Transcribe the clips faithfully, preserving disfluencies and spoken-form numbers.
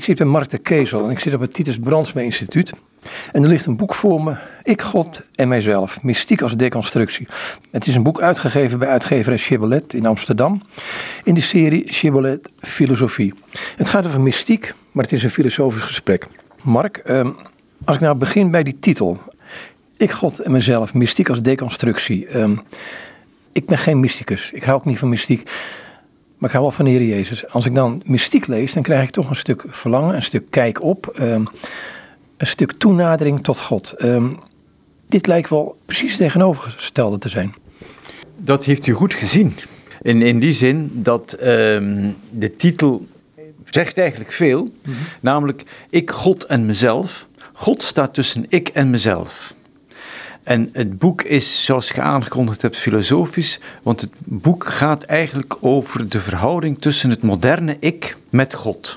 Ik zit bij Mark de Kezel en ik zit op het Titus Brandsma Instituut. En er ligt een boek voor me, Ik, God en Mijzelf, mystiek als deconstructie. Het is een boek uitgegeven bij uitgeverij Shibboleth in Amsterdam, in de serie Shibboleth Filosofie. Het gaat over mystiek, maar het is een filosofisch gesprek. Mark, eh, als ik nou begin bij die titel, Ik, God en Mijzelf, mystiek als deconstructie. Eh, ik ben geen mysticus, ik hou ook niet van mystiek. Maar ik hou wel van de Heer Jezus. Als ik dan mystiek lees, dan krijg ik toch een stuk verlangen, een stuk kijk op, um, een stuk toenadering tot God. Um, dit lijkt wel precies het tegenovergestelde te zijn. Dat heeft u goed gezien. In, in die zin dat um, de titel zegt eigenlijk veel. Mm-hmm. Namelijk, ik, God en mezelf. God staat tussen ik en mezelf. En het boek is, zoals je aangekondigd hebt, filosofisch, want het boek gaat eigenlijk over de verhouding tussen het moderne ik met God.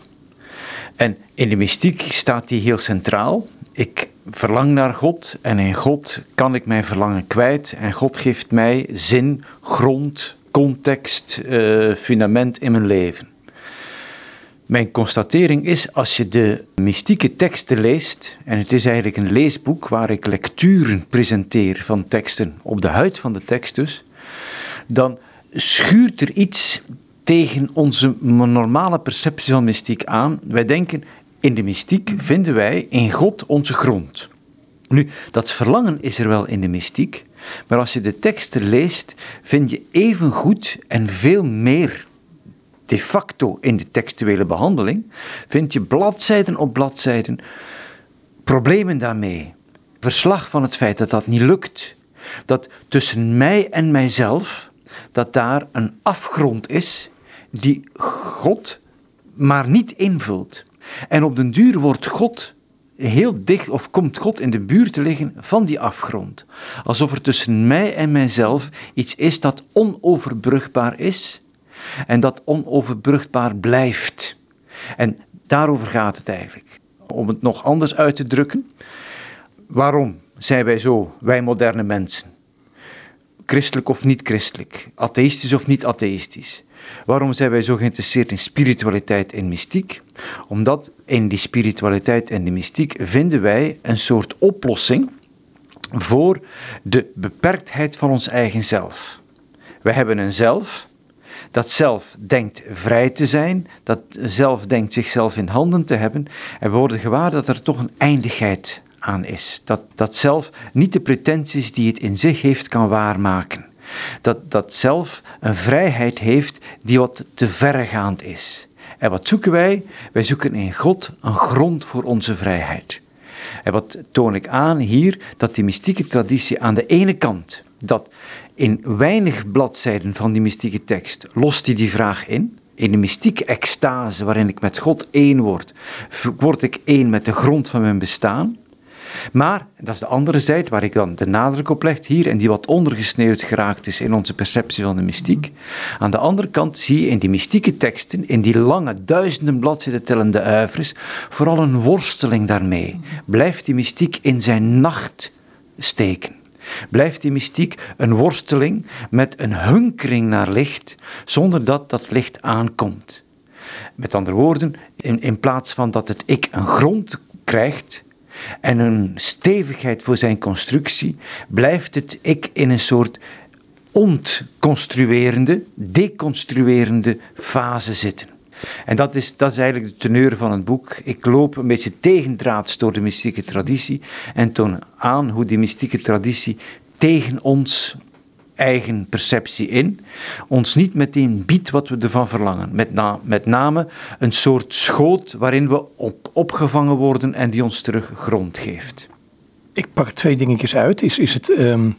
En in de mystiek staat die heel centraal. Ik verlang naar God en in God kan ik mijn verlangen kwijt en God geeft mij zin, grond, context, uh, fundament in mijn leven. Mijn constatering is, als je de mystieke teksten leest, en het is eigenlijk een leesboek waar ik lecturen presenteer van teksten, op de huid van de tekst dus, dan schuurt er iets tegen onze normale perceptie van mystiek aan. Wij denken, in de mystiek vinden wij in God onze grond. Nu, dat verlangen is er wel in de mystiek, maar als je de teksten leest, vind je even goed en veel meer de facto in de textuele behandeling, vind je bladzijden op bladzijden problemen daarmee. Verslag van het feit dat dat niet lukt. Dat tussen mij en mijzelf, dat daar een afgrond is die God maar niet invult. En op den duur wordt God heel dicht, of komt God in de buurt te liggen van die afgrond. Alsof er tussen mij en mijzelf iets is dat onoverbrugbaar is. En dat onoverbrugbaar blijft. En daarover gaat het eigenlijk. Om het nog anders uit te drukken. Waarom zijn wij zo, wij moderne mensen? Christelijk of niet christelijk? Atheïstisch of niet atheïstisch? Waarom zijn wij zo geïnteresseerd in spiritualiteit en mystiek? Omdat in die spiritualiteit en die mystiek vinden wij een soort oplossing voor de beperktheid van ons eigen zelf. Wij hebben een zelf. Dat zelf denkt vrij te zijn, dat zelf denkt zichzelf in handen te hebben. En we worden gewaar dat er toch een eindigheid aan is. Dat, dat zelf niet de pretenties die het in zich heeft kan waarmaken. Dat, dat zelf een vrijheid heeft die wat te verregaand is. En wat zoeken wij? Wij zoeken in God een grond voor onze vrijheid. En wat toon ik aan hier? Dat die mystieke traditie aan de ene kant, dat in weinig bladzijden van die mystieke tekst lost hij die vraag in. In de mystieke extase waarin ik met God één word, word ik één met de grond van mijn bestaan. Maar, dat is de andere zijde waar ik dan de nadruk op leg hier en die wat ondergesneeuwd geraakt is in onze perceptie van de mystiek. Aan de andere kant zie je in die mystieke teksten, in die lange duizenden bladzijden tellende uivers, vooral een worsteling daarmee. Blijft die mystiek in zijn nacht steken? Blijft die mystiek een worsteling met een hunkering naar licht, zonder dat dat licht aankomt? Met andere woorden, in, in plaats van dat het ik een grond krijgt en een stevigheid voor zijn constructie, blijft het ik in een soort ontconstruerende, deconstruerende fase zitten. En dat is, dat is eigenlijk de teneur van het boek. Ik loop een beetje tegendraads door de mystieke traditie en toon aan hoe die mystieke traditie tegen ons eigen perceptie in ons niet meteen biedt wat we ervan verlangen. Met, na, met name een soort schoot waarin we op, opgevangen worden en die ons terug grond geeft. Ik pak er twee dingetjes uit. Is, is het um,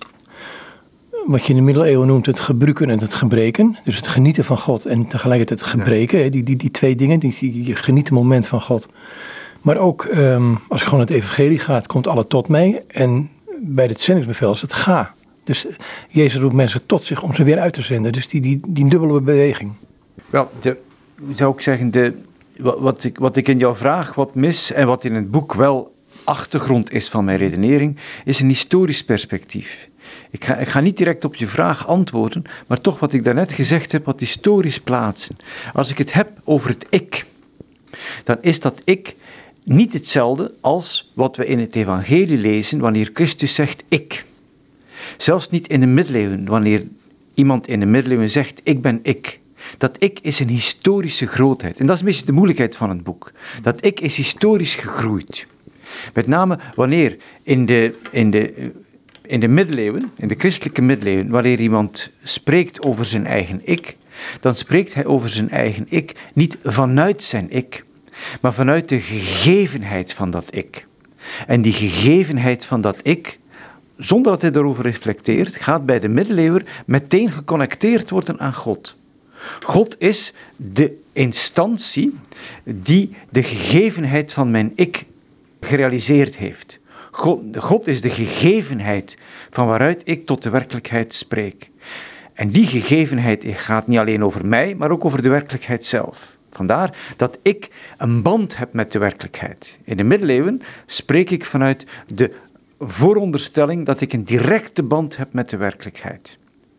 wat je in de middeleeuwen noemt het gebruiken en het gebreken. Dus het genieten van God en tegelijkertijd het gebreken. Ja. Die, die, die twee dingen, die, die, je geniet een moment van God. Maar ook um, als ik gewoon naar het evangelie gaat, komt alle tot mij. En bij het zendingsbevel is het ga. Dus Jezus roept mensen tot zich om ze weer uit te zenden. Dus die, die, die dubbele beweging. Wel, de, zou ik zeggen, de, wat, ik, wat ik in jouw vraag wat mis en wat in het boek wel achtergrond is van mijn redenering, is een historisch perspectief. Ik ga, ik ga niet direct op je vraag antwoorden, maar toch wat ik daarnet gezegd heb, wat historisch plaatsen. Als ik het heb over het ik, dan is dat ik niet hetzelfde als wat we in het evangelie lezen wanneer Christus zegt ik. Zelfs niet in de middeleeuwen, wanneer iemand in de middeleeuwen zegt ik ben ik. Dat ik is een historische grootheid. En dat is een beetje de moeilijkheid van het boek. Dat ik is historisch gegroeid. Met name wanneer in de, in de, in de middeleeuwen, in de christelijke middeleeuwen, wanneer iemand spreekt over zijn eigen ik, dan spreekt hij over zijn eigen ik niet vanuit zijn ik, maar vanuit de gegevenheid van dat ik. En die gegevenheid van dat ik, zonder dat hij daarover reflecteert, gaat bij de middeleeuwer meteen geconnecteerd worden aan God. God is de instantie die de gegevenheid van mijn ik gerealiseerd heeft. God, God is de gegevenheid van waaruit ik tot de werkelijkheid spreek. En die gegevenheid gaat niet alleen over mij, maar ook over de werkelijkheid zelf. Vandaar dat ik een band heb met de werkelijkheid. In de middeleeuwen spreek ik vanuit de vooronderstelling dat ik een directe band heb met de werkelijkheid.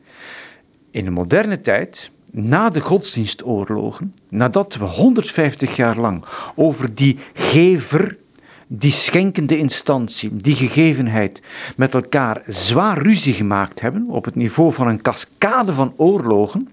In de moderne tijd, na de godsdienstoorlogen, nadat we honderdvijftig jaar lang over die gever, die schenkende instantie, die gegevenheid, met elkaar zwaar ruzie gemaakt hebben, op het niveau van een cascade van oorlogen,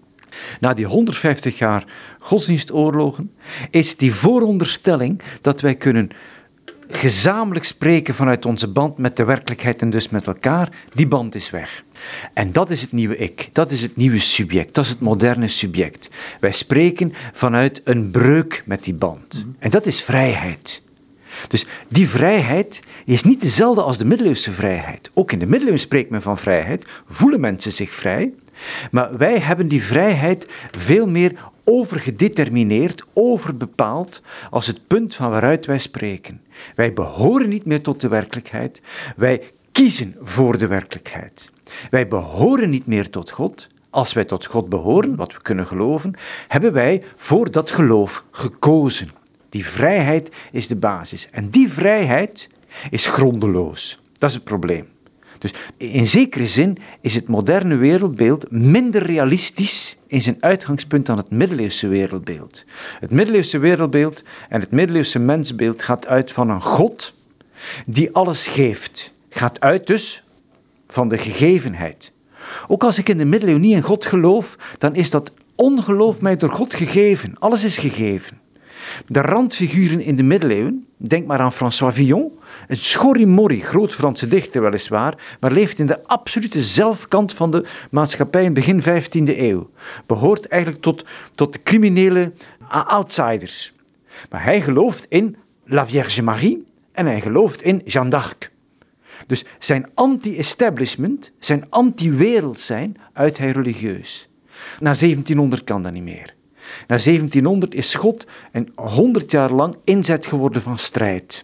na die honderdvijftig jaar godsdienstoorlogen, is die vooronderstelling dat wij kunnen gezamenlijk spreken vanuit onze band met de werkelijkheid en dus met elkaar, die band is weg. En dat is het nieuwe ik, dat is het nieuwe subject, dat is het moderne subject. Wij spreken vanuit een breuk met die band. En dat is vrijheid. Dus die vrijheid is niet dezelfde als de middeleeuwse vrijheid. Ook in de middeleeuwen spreekt men van vrijheid, voelen mensen zich vrij, maar wij hebben die vrijheid veel meer overgedetermineerd, overbepaald als het punt van waaruit wij spreken. Wij behoren niet meer tot de werkelijkheid, wij kiezen voor de werkelijkheid. Wij behoren niet meer tot God. Als wij tot God behoren, wat we kunnen geloven, hebben wij voor dat geloof gekozen. Die vrijheid is de basis. En die vrijheid is grondeloos. Dat is het probleem. Dus in zekere zin is het moderne wereldbeeld minder realistisch in zijn uitgangspunt dan het middeleeuwse wereldbeeld. Het middeleeuwse wereldbeeld en het middeleeuwse mensbeeld gaat uit van een God die alles geeft. Gaat uit dus van de gegevenheid. Ook als ik in de middeleeuwen niet in God geloof, dan is dat ongeloof mij door God gegeven. Alles is gegeven. De randfiguren in de middeleeuwen, denk maar aan François Villon, een schorrimorrie, groot Franse dichter weliswaar, maar leeft in de absolute zelfkant van de maatschappij in begin vijftiende eeuw. Behoort eigenlijk tot, tot de criminele outsiders. Maar hij gelooft in La Vierge Marie en hij gelooft in Jeanne d'Arc. Dus zijn anti-establishment, zijn anti-wereld zijn, uit hij religieus. Na zeventienhonderd kan dat niet meer. Na zeventienhonderd is God een honderd jaar lang inzet geworden van strijd.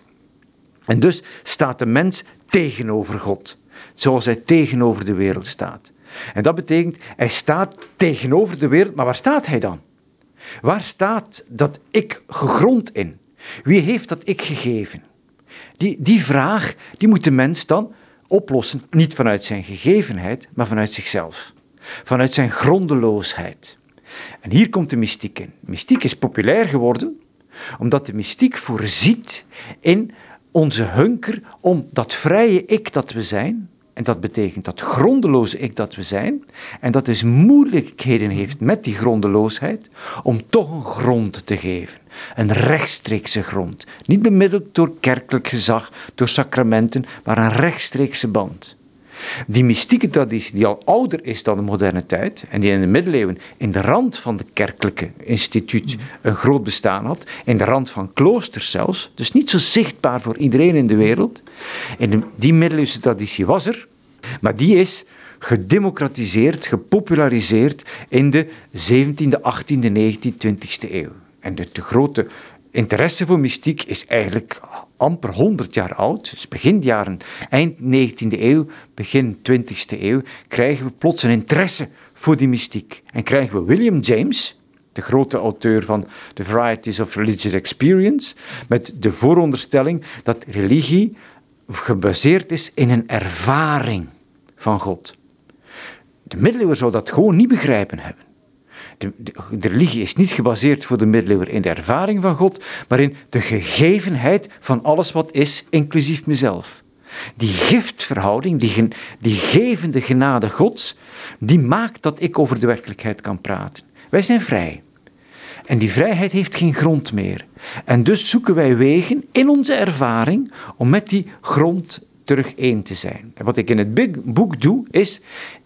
En dus staat de mens tegenover God, zoals hij tegenover de wereld staat. En dat betekent, hij staat tegenover de wereld, maar waar staat hij dan? Waar staat dat ik gegrond in? Wie heeft dat ik gegeven? Die, die vraag, die moet de mens dan oplossen, niet vanuit zijn gegevenheid, maar vanuit zichzelf. Vanuit zijn grondeloosheid. En hier komt de mystiek in. Mystiek is populair geworden, omdat de mystiek voorziet in onze hunker om dat vrije ik dat we zijn, en dat betekent dat grondeloze ik dat we zijn, en dat dus moeilijkheden heeft met die grondeloosheid, om toch een grond te geven. Een rechtstreekse grond. Niet bemiddeld door kerkelijk gezag, door sacramenten, maar een rechtstreekse band. Die mystieke traditie, die al ouder is dan de moderne tijd, en die in de middeleeuwen in de rand van de kerkelijke instituut een groot bestaan had, in de rand van kloosters zelfs, dus niet zo zichtbaar voor iedereen in de wereld. In de, die middeleeuwse traditie was er, maar die is gedemocratiseerd, gepopulariseerd in de zeventiende, achttiende, negentiende, twintigste eeuw. En de, de grote interesse voor mystiek is eigenlijk amper honderd jaar oud. Dus begin jaren, eind negentiende eeuw, begin twintigste eeuw, krijgen we plots een interesse voor die mystiek. En krijgen we William James, de grote auteur van The Varieties of Religious Experience, met de vooronderstelling dat religie gebaseerd is in een ervaring van God. De middeleeuwen zou dat gewoon niet begrijpen hebben. de, de, de religie is niet gebaseerd voor de middeleeuwen in de ervaring van God, maar in de gegevenheid van alles wat is, inclusief mezelf. Die giftverhouding, die, die gevende genade Gods, die maakt dat ik over de werkelijkheid kan praten. Wij zijn vrij. En die vrijheid heeft geen grond meer. En dus zoeken wij wegen in onze ervaring om met die grond terug één te zijn. En wat ik in het boek doe, is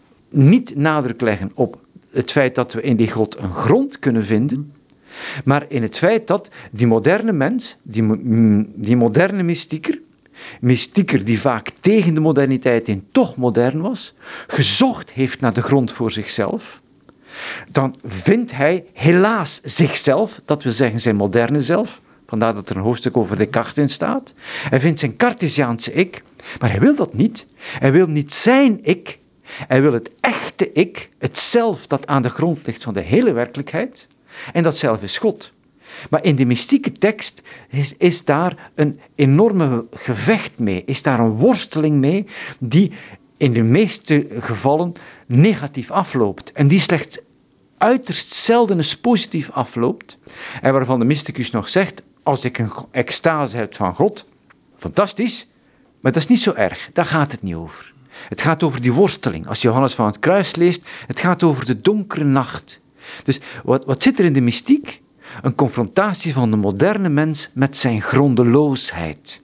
niet nadruk leggen op het feit dat we in die God een grond kunnen vinden, maar in het feit dat die moderne mens, die, die moderne mystieker, mystieker die vaak tegen de moderniteit in toch modern was, gezocht heeft naar de grond voor zichzelf, dan vindt hij helaas zichzelf, dat wil zeggen zijn moderne zelf, vandaar dat er een hoofdstuk over Descartes in staat. Hij vindt zijn Cartesiaanse ik, maar hij wil dat niet. Hij wil niet zijn ik, hij wil het echte ik, het zelf dat aan de grond ligt van de hele werkelijkheid, en dat zelf is God. Maar in de mystieke tekst is, is daar een enorme gevecht mee, is daar een worsteling mee, die in de meeste gevallen negatief afloopt. En die slechts uiterst zelden eens positief afloopt. En waarvan de mysticus nog zegt, als ik een extase heb van God, fantastisch, maar dat is niet zo erg, daar gaat het niet over. Het gaat over die worsteling. Als Johannes van het Kruis leest, het gaat over de donkere nacht. Dus wat, wat zit er in de mystiek? Een confrontatie van de moderne mens met zijn grondeloosheid.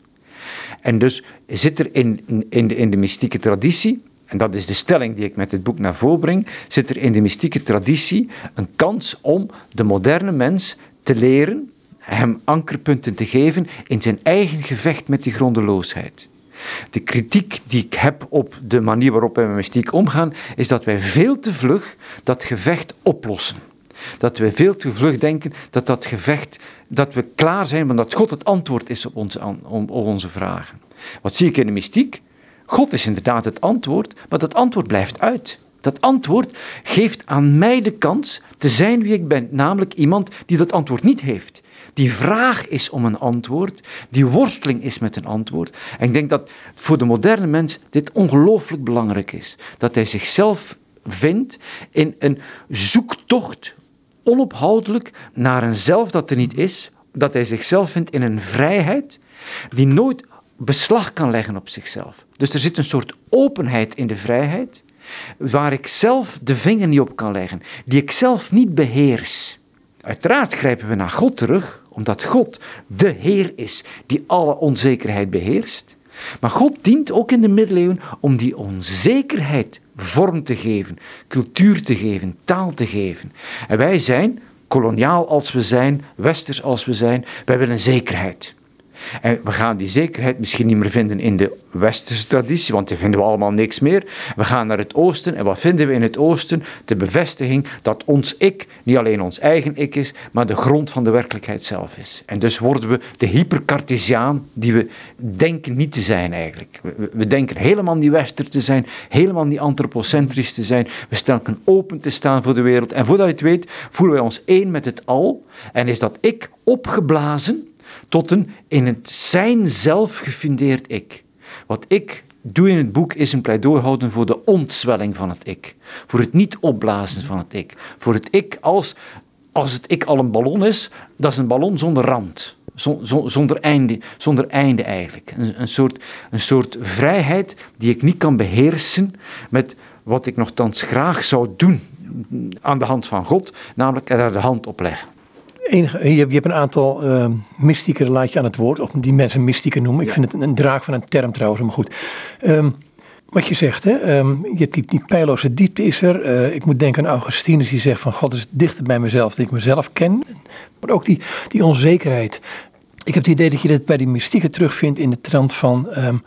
En dus zit er in, in, de, in de mystieke traditie, en dat is de stelling die ik met dit boek naar voren breng, zit er in de mystieke traditie een kans om de moderne mens te leren, hem ankerpunten te geven in zijn eigen gevecht met die grondeloosheid. De kritiek die ik heb op de manier waarop wij met mystiek omgaan, is dat wij veel te vlug dat gevecht oplossen. Dat wij veel te vlug denken dat dat gevecht, dat we klaar zijn, maar dat God het antwoord is op onze, op onze vragen. Wat zie ik in de mystiek? God is inderdaad het antwoord, maar dat antwoord blijft uit. Dat antwoord geeft aan mij de kans te zijn wie ik ben, namelijk iemand die dat antwoord niet heeft. Die vraag is om een antwoord, die worsteling is met een antwoord. En ik denk dat voor de moderne mens dit ongelooflijk belangrijk is. Dat hij zichzelf vindt in een zoektocht, onophoudelijk, naar een zelf dat er niet is. Dat hij zichzelf vindt in een vrijheid die nooit beslag kan leggen op zichzelf. Dus er zit een soort openheid in de vrijheid, waar ik zelf de vinger niet op kan leggen, die ik zelf niet beheers. Uiteraard grijpen we naar God terug, omdat God de Heer is die alle onzekerheid beheerst. Maar God dient ook in de middeleeuwen om die onzekerheid vorm te geven, cultuur te geven, taal te geven. En wij zijn, koloniaal als we zijn, westers als we zijn, wij willen zekerheid. En we gaan die zekerheid misschien niet meer vinden in de westerse traditie, want daar vinden we allemaal niks meer. We gaan naar het oosten en wat vinden we in het oosten? De bevestiging dat ons ik niet alleen ons eigen ik is, maar de grond van de werkelijkheid zelf is. En dus worden we de hypercartesiaan die we denken niet te zijn eigenlijk. We, we denken helemaal niet wester te zijn, helemaal niet antropocentrisch te zijn. We stelken open te staan voor de wereld. En voordat je het weet, voelen wij ons één met het al. En is dat ik opgeblazen tot een in het zijn zelf gefundeerd ik. Wat ik doe in het boek is een pleidooi houden voor de ontzwelling van het ik. Voor het niet opblazen van het ik. Voor het ik als, als het ik al een ballon is, dat is een ballon zonder rand. Zonder einde, zonder einde eigenlijk. Een, een, soort, een soort vrijheid die ik niet kan beheersen met wat ik nogthans graag zou doen aan de hand van God, namelijk er de hand op leggen. Enige, je, hebt, je hebt een aantal uh, mystieken, laat je aan het woord, of die mensen mystieken noemen. Ik ja. vind het een, een draak van een term trouwens, maar goed. Um, wat je zegt, hè, um, je hebt die, die pijloze diepte is er. Uh, ik moet denken aan Augustinus die zegt van God is dichter bij mezelf dan ik mezelf ken. Maar ook die, die onzekerheid. Ik heb het idee dat je dat bij die mystieken terugvindt in de trant van... Um,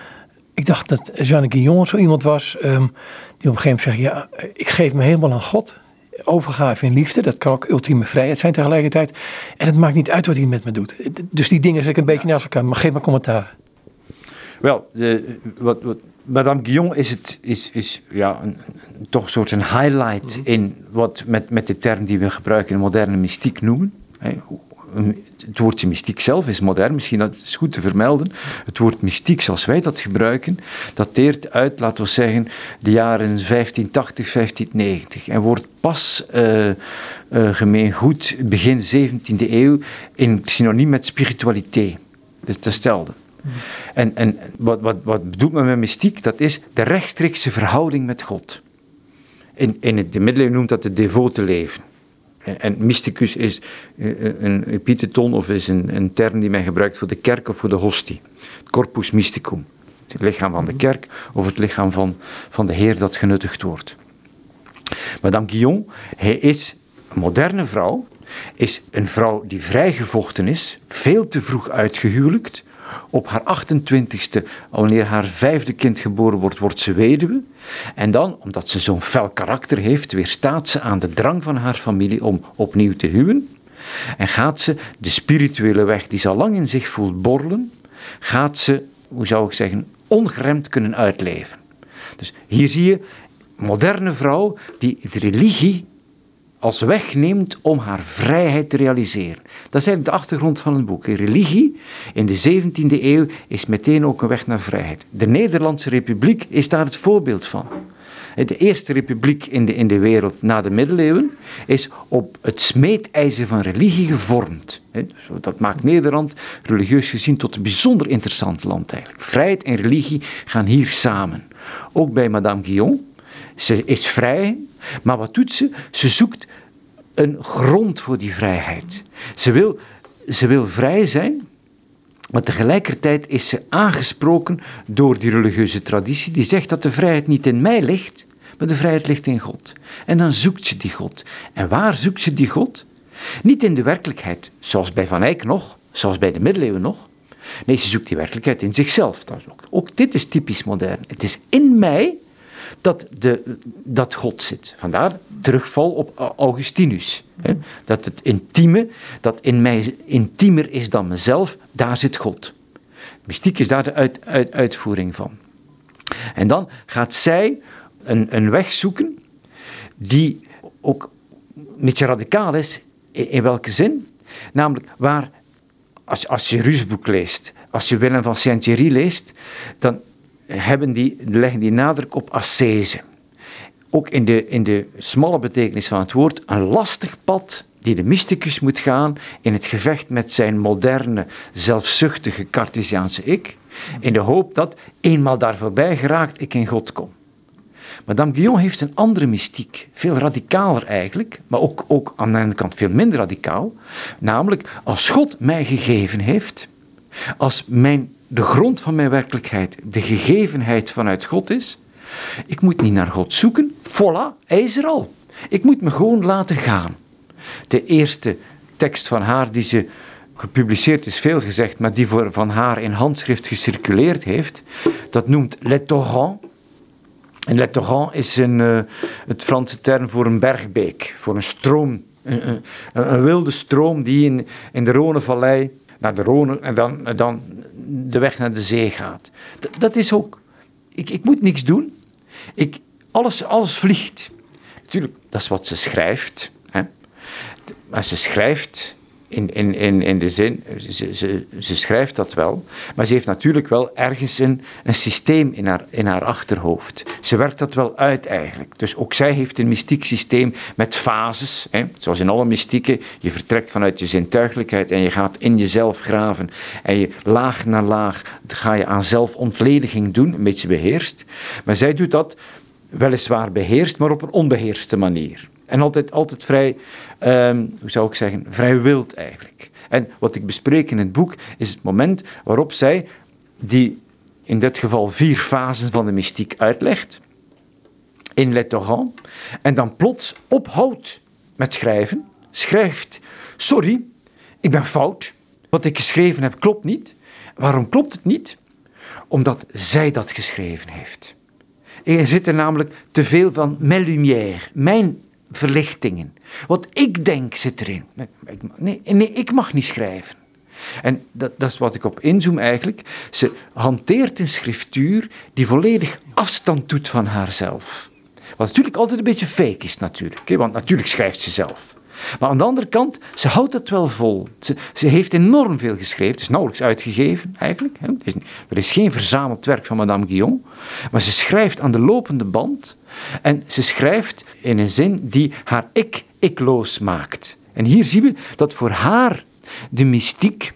ik dacht dat Jeanne Guyon zo iemand was um, die op een gegeven moment zegt, ja, ik geef me helemaal aan God. Overgave in liefde, dat kan ook ultieme vrijheid zijn tegelijkertijd. En het maakt niet uit wat hij met me doet. Dus die dingen zeg ik een beetje naast elkaar, maar geef maar commentaar. Wel, de, wat, wat, Madame Guyon is, het, is, is ja, een, een, toch een soort een highlight mm-hmm. in wat met, met de term die we gebruiken in de moderne mystiek noemen. Hè, het woordje mystiek zelf is modern, misschien dat is goed te vermelden. Het woord mystiek zoals wij dat gebruiken, dateert uit, laten we zeggen, de jaren vijftien tachtig, vijftien negentig. En wordt pas uh, uh, gemeengoed begin zeventiende eeuw in synoniem met spiritualiteit. Dat is hetzelfde. Mm. En, en wat, wat, wat bedoelt men met mystiek? Dat is de rechtstreekse verhouding met God. In, in het, de middeleeuwen noemt dat het devote leven. En, en mysticus is een epitheton of is een, een term die men gebruikt voor de kerk of voor de hostie. Het corpus mysticum. Het lichaam van de kerk of het lichaam van, van de Heer dat genuttigd wordt. Madame Guyon, hij is een moderne vrouw, is een vrouw die vrijgevochten is, veel te vroeg uitgehuwelijkt. Op haar achtentwintigste, wanneer haar vijfde kind geboren wordt, wordt ze weduwe. En dan, omdat ze zo'n fel karakter heeft, weerstaat ze aan de drang van haar familie om opnieuw te huwen. En gaat ze de spirituele weg die ze al lang in zich voelt borrelen, gaat ze, hoe zou ik zeggen, ongeremd kunnen uitleven. Dus hier zie je een moderne vrouw die de religie als weg neemt om haar vrijheid te realiseren. Dat is eigenlijk de achtergrond van het boek. Religie in de zeventiende eeuw is meteen ook een weg naar vrijheid. De Nederlandse Republiek is daar het voorbeeld van. De eerste republiek in de, in de wereld na de middeleeuwen is op het smeedijzer van religie gevormd. Dat maakt Nederland religieus gezien tot een bijzonder interessant land eigenlijk. Vrijheid en religie gaan hier samen. Ook bij Madame Guyon. Ze is vrij, maar wat doet ze? Ze zoekt een grond voor die vrijheid. Ze wil, ze wil vrij zijn, maar tegelijkertijd is ze aangesproken door die religieuze traditie die zegt dat de vrijheid niet in mij ligt, maar de vrijheid ligt in God. En dan zoekt ze die God. En waar zoekt ze die God? Niet in de werkelijkheid, zoals bij Van Eyck nog, zoals bij de middeleeuwen nog. Nee, ze zoekt die werkelijkheid in zichzelf. Dat is ook, ook dit is typisch modern. Het is in mij dat, de, dat God zit. Vandaar terugval op Augustinus. Hè? Dat het intieme, dat in mij intiemer is dan mezelf, daar zit God. Mystiek is daar de uit, uit, uitvoering van. En dan gaat zij een, een weg zoeken die ook een beetje radicaal is. In, in welke zin? Namelijk waar, als, als je Rusboek leest, als je Willem van Saint-Thierry leest, dan hebben die, leggen die nadruk op ascese. Ook in de, in de smalle betekenis van het woord, een lastig pad die de mysticus moet gaan in het gevecht met zijn moderne, zelfzuchtige Cartesiaanse ik, in de hoop dat, eenmaal daar voorbij geraakt, ik in God kom. Madame Guyon heeft een andere mystiek, veel radicaler eigenlijk, maar ook, ook aan de ene kant veel minder radicaal, namelijk als God mij gegeven heeft, als mijn, de grond van mijn werkelijkheid de gegevenheid vanuit God is, ik moet niet naar God zoeken, voilà, hij is er al. Ik moet me gewoon laten gaan. De eerste tekst van haar die ze gepubliceerd is, veel gezegd, maar die voor, van haar in handschrift gecirculeerd heeft, dat noemt Le Torrent. En Le Torrent is een, uh, het Franse term voor een bergbeek, voor een stroom, een, een, een wilde stroom die in, in de Rhônevallei naar de Rhône en dan, dan de weg naar de zee gaat. D- dat is ook, ik, ik moet niks doen, ik, alles, alles vliegt. Natuurlijk, dat is wat ze schrijft. Hè. Maar ze schrijft in, in, in, in de zin, ze, ze, ze schrijft dat wel, maar ze heeft natuurlijk wel ergens een, een systeem in haar, in haar achterhoofd. Ze werkt dat wel uit eigenlijk. Dus ook zij heeft een mystiek systeem met fases, hè, zoals in alle mystieken. Je vertrekt vanuit je zintuigelijkheid en je gaat in jezelf graven. En je laag na laag ga je aan zelfontlediging doen, een beetje beheerst. Maar zij doet dat weliswaar beheerst, maar op een onbeheerste manier. En altijd, altijd vrij, um, hoe zou ik zeggen, vrij wild eigenlijk. En wat ik bespreek in het boek is het moment waarop zij die, in dit geval vier fasen van de mystiek uitlegt, in Le Torrent, en dan plots ophoudt met schrijven, schrijft, sorry, ik ben fout, wat ik geschreven heb klopt niet. Waarom klopt het niet? Omdat zij dat geschreven heeft. Er zit er namelijk te veel van mes lumières, mijn verlichtingen. Wat ik denk zit erin. Nee, nee, ik mag niet schrijven. En dat, dat is wat ik op inzoom eigenlijk. Ze hanteert een schriftuur die volledig afstand doet van haarzelf. Wat natuurlijk altijd een beetje fake is natuurlijk. Hè? Want natuurlijk schrijft ze zelf. Maar aan de andere kant, ze houdt het wel vol. Ze, ze heeft enorm veel geschreven. Het is nauwelijks uitgegeven, eigenlijk. Hè. Het is, er is geen verzameld werk van Madame Guyon. Maar ze schrijft aan de lopende band. En ze schrijft in een zin die haar ik ikloos maakt. En hier zien we dat voor haar de mystiek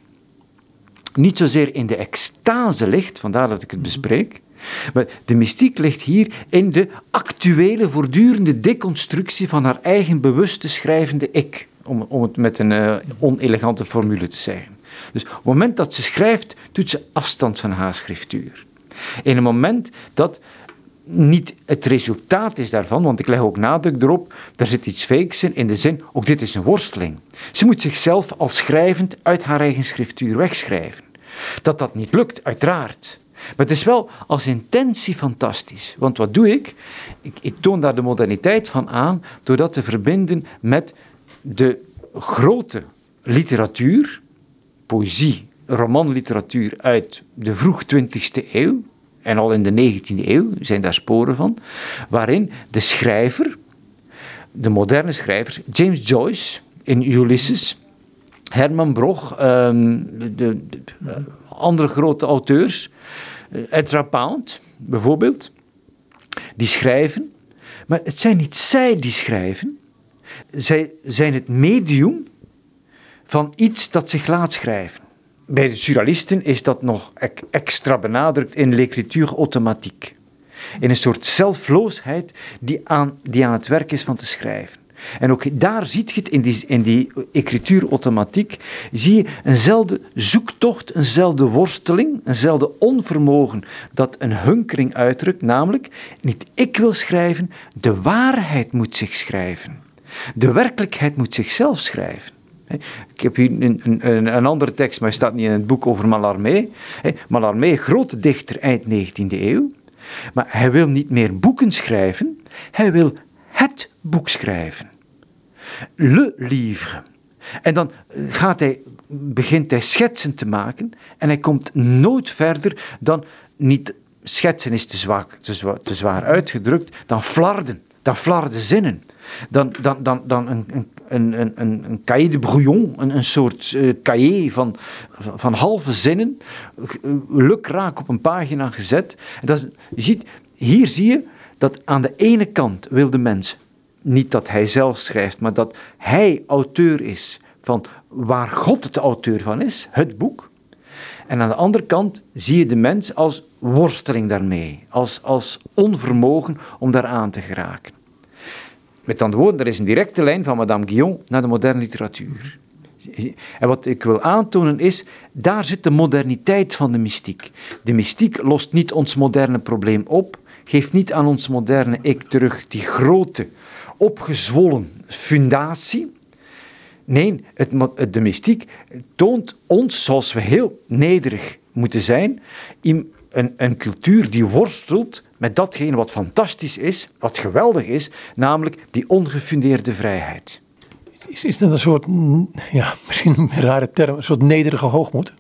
niet zozeer in de extase ligt, vandaar dat ik het bespreek, maar de mystiek ligt hier in de actuele, voortdurende deconstructie van haar eigen bewuste schrijvende ik, om, om het met een uh, onelegante formule te zeggen. Dus op het moment dat ze schrijft, doet ze afstand van haar schriftuur. In een moment dat niet het resultaat is daarvan, want ik leg ook nadruk erop, daar zit iets fakes in, in de zin, ook dit is een worsteling. Ze moet zichzelf als schrijvend uit haar eigen schriftuur wegschrijven. Dat dat niet lukt, uiteraard. Maar het is wel als intentie fantastisch. Want wat doe ik? Ik, ik toon daar de moderniteit van aan, door dat te verbinden met de grote literatuur, poëzie, romanliteratuur uit de vroeg twintigste eeuw, en al in de negentiende eeuw zijn daar sporen van, waarin de schrijver, de moderne schrijvers, James Joyce in Ulysses, Herman Broch, um, de, de, de uh, andere grote auteurs, uh, Ezra Pound bijvoorbeeld, die schrijven, maar het zijn niet zij die schrijven, zij zijn het medium van iets dat zich laat schrijven. Bij de surrealisten is dat nog extra benadrukt in l'écriture automatique. In een soort zelfloosheid die aan, die aan het werk is van te schrijven. En ook daar ziet je het, in die, in die écriture automatique, zie je eenzelfde zoektocht, eenzelfde worsteling, eenzelfde onvermogen dat een hunkering uitdrukt, namelijk niet ik wil schrijven, de waarheid moet zich schrijven. De werkelijkheid moet zichzelf schrijven. Ik heb hier een, een, een andere tekst, maar hij staat niet in het boek over Mallarmé. Mallarmé, grote dichter eind negentiende eeuw. Maar hij wil niet meer boeken schrijven, hij wil het boek schrijven. Le livre. En dan gaat hij, begint hij schetsen te maken en hij komt nooit verder dan, niet schetsen is te, zwak, te, zwaar, te zwaar uitgedrukt, dan flarden, dan flarden zinnen. Dan, dan, dan, dan een, een, een, een, een cahier de brouillon, een, een soort uh, cahier van, van, van halve zinnen, lukraak op een pagina gezet. En dat is, je ziet, hier zie je dat aan de ene kant wil de mens niet dat hij zelf schrijft, maar dat hij auteur is van waar God de auteur van is, het boek. En aan de andere kant zie je de mens als worsteling daarmee, als, als onvermogen om daaraan te geraken. Met andere woorden, er is een directe lijn van Madame Guyon naar de moderne literatuur. En wat ik wil aantonen is, daar zit de moderniteit van de mystiek. De mystiek lost niet ons moderne probleem op, geeft niet aan ons moderne ik terug die grote, opgezwollen fundatie. Nee, het, de mystiek toont ons, zoals we heel nederig moeten zijn, in een, een cultuur die worstelt met datgene wat fantastisch is, wat geweldig is, namelijk die ongefundeerde vrijheid. Is, is dat een soort, ja, misschien een rare term, een soort nederige hoogmoed?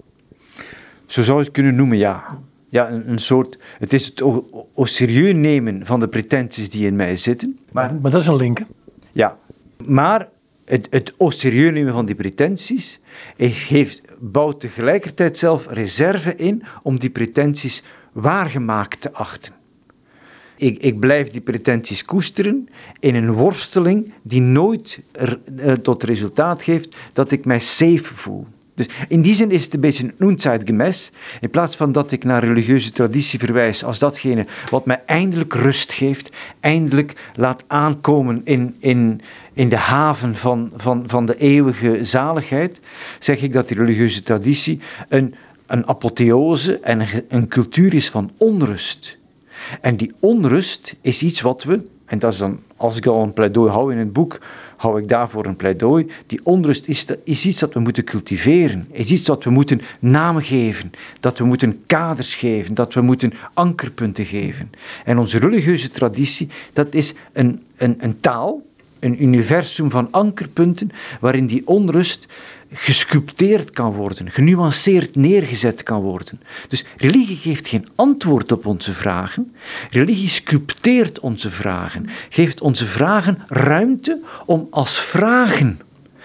Zo zou je het kunnen noemen, ja. Ja, een, een soort, het is het au, au serieus nemen van de pretenties die in mij zitten. Maar, maar dat is een linker. Ja, maar het, het au serieus nemen van die pretenties heeft, bouwt tegelijkertijd zelf reserve in om die pretenties waargemaakt te achten. Ik, ik blijf die pretenties koesteren in een worsteling die nooit er, uh, tot resultaat geeft dat ik mij safe voel. Dus in die zin is het een beetje een Unzeitgemäß. In plaats van dat ik naar religieuze traditie verwijs als datgene wat mij eindelijk rust geeft, eindelijk laat aankomen in, in, in de haven van, van, van de eeuwige zaligheid, zeg ik dat die religieuze traditie een, een apotheose en een, een cultuur is van onrust. En die onrust is iets wat we, en dat is dan, als ik al een pleidooi hou in het boek, hou ik daarvoor een pleidooi. Die onrust is, de, is iets dat we moeten cultiveren, is iets dat we moeten namen geven, dat we moeten kaders geven, dat we moeten ankerpunten geven. En onze religieuze traditie, dat is een, een, een taal, een universum van ankerpunten, waarin die onrust gesculpteerd kan worden, genuanceerd neergezet kan worden. Dus religie geeft geen antwoord op onze vragen. Religie sculpteert onze vragen, geeft onze vragen ruimte om als vragen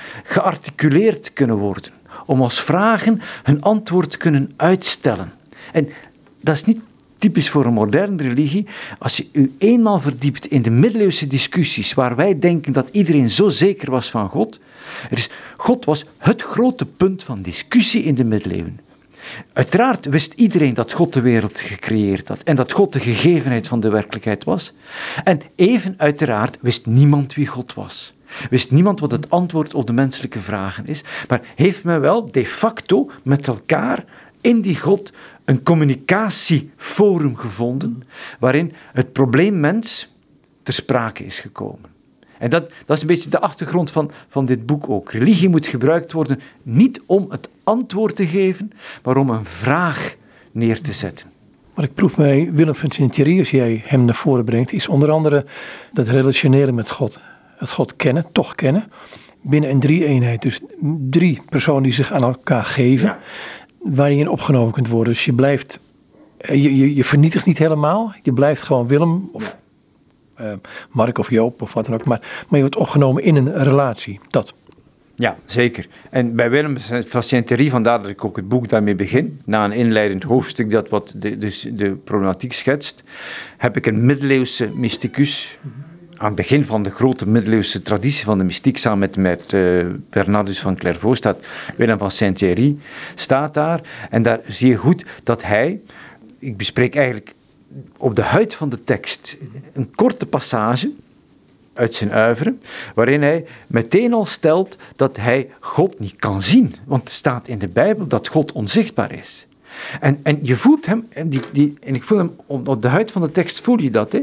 gearticuleerd kunnen worden. Om als vragen hun antwoord te kunnen uitstellen. En dat is niet typisch voor een moderne religie. Als je u eenmaal verdiept in de middeleeuwse discussies, waar wij denken dat iedereen zo zeker was van God. Er is, God was het grote punt van discussie in de middeleeuwen. Uiteraard wist iedereen dat God de wereld gecreëerd had en dat God de gegevenheid van de werkelijkheid was. En even uiteraard wist niemand wie God was. Wist niemand wat het antwoord op de menselijke vragen is. Maar heeft men wel de facto met elkaar in die God een communicatieforum gevonden waarin het probleem mens ter sprake is gekomen. En dat, dat is een beetje de achtergrond van, van dit boek ook. Religie moet gebruikt worden niet om het antwoord te geven, maar om een vraag neer te zetten. Wat ik proef bij Willem van Sint-Thierry, als jij hem naar voren brengt, is onder andere dat relationeren met God. Het God kennen, toch kennen, binnen een drie-eenheid. Dus drie personen die zich aan elkaar geven, ja, waar je in opgenomen kunt worden. Dus je blijft, je, je, je vernietigt niet helemaal, je blijft gewoon Willem of ja. uh, Mark of Joop of wat dan ook. Maar, maar je wordt opgenomen in een relatie, dat. Ja, zeker. En bij Willem van Sint-Thierry, vandaar dat ik ook het boek daarmee begin, na een inleidend hoofdstuk dat wat de, de, de problematiek schetst, heb ik een middeleeuwse mysticus, aan het begin van de grote middeleeuwse traditie van de mystiek, samen met, met uh, Bernardus van Clairvaux, staat Willem van Sint-Thierry, staat daar. En daar zie je goed dat hij, ik bespreek eigenlijk op de huid van de tekst, een korte passage uit zijn oeuvre, waarin hij meteen al stelt dat hij God niet kan zien. Want het staat in de Bijbel dat God onzichtbaar is. En, en je voelt hem, en, die, die, en ik voel hem, op de huid van de tekst voel je dat, hè.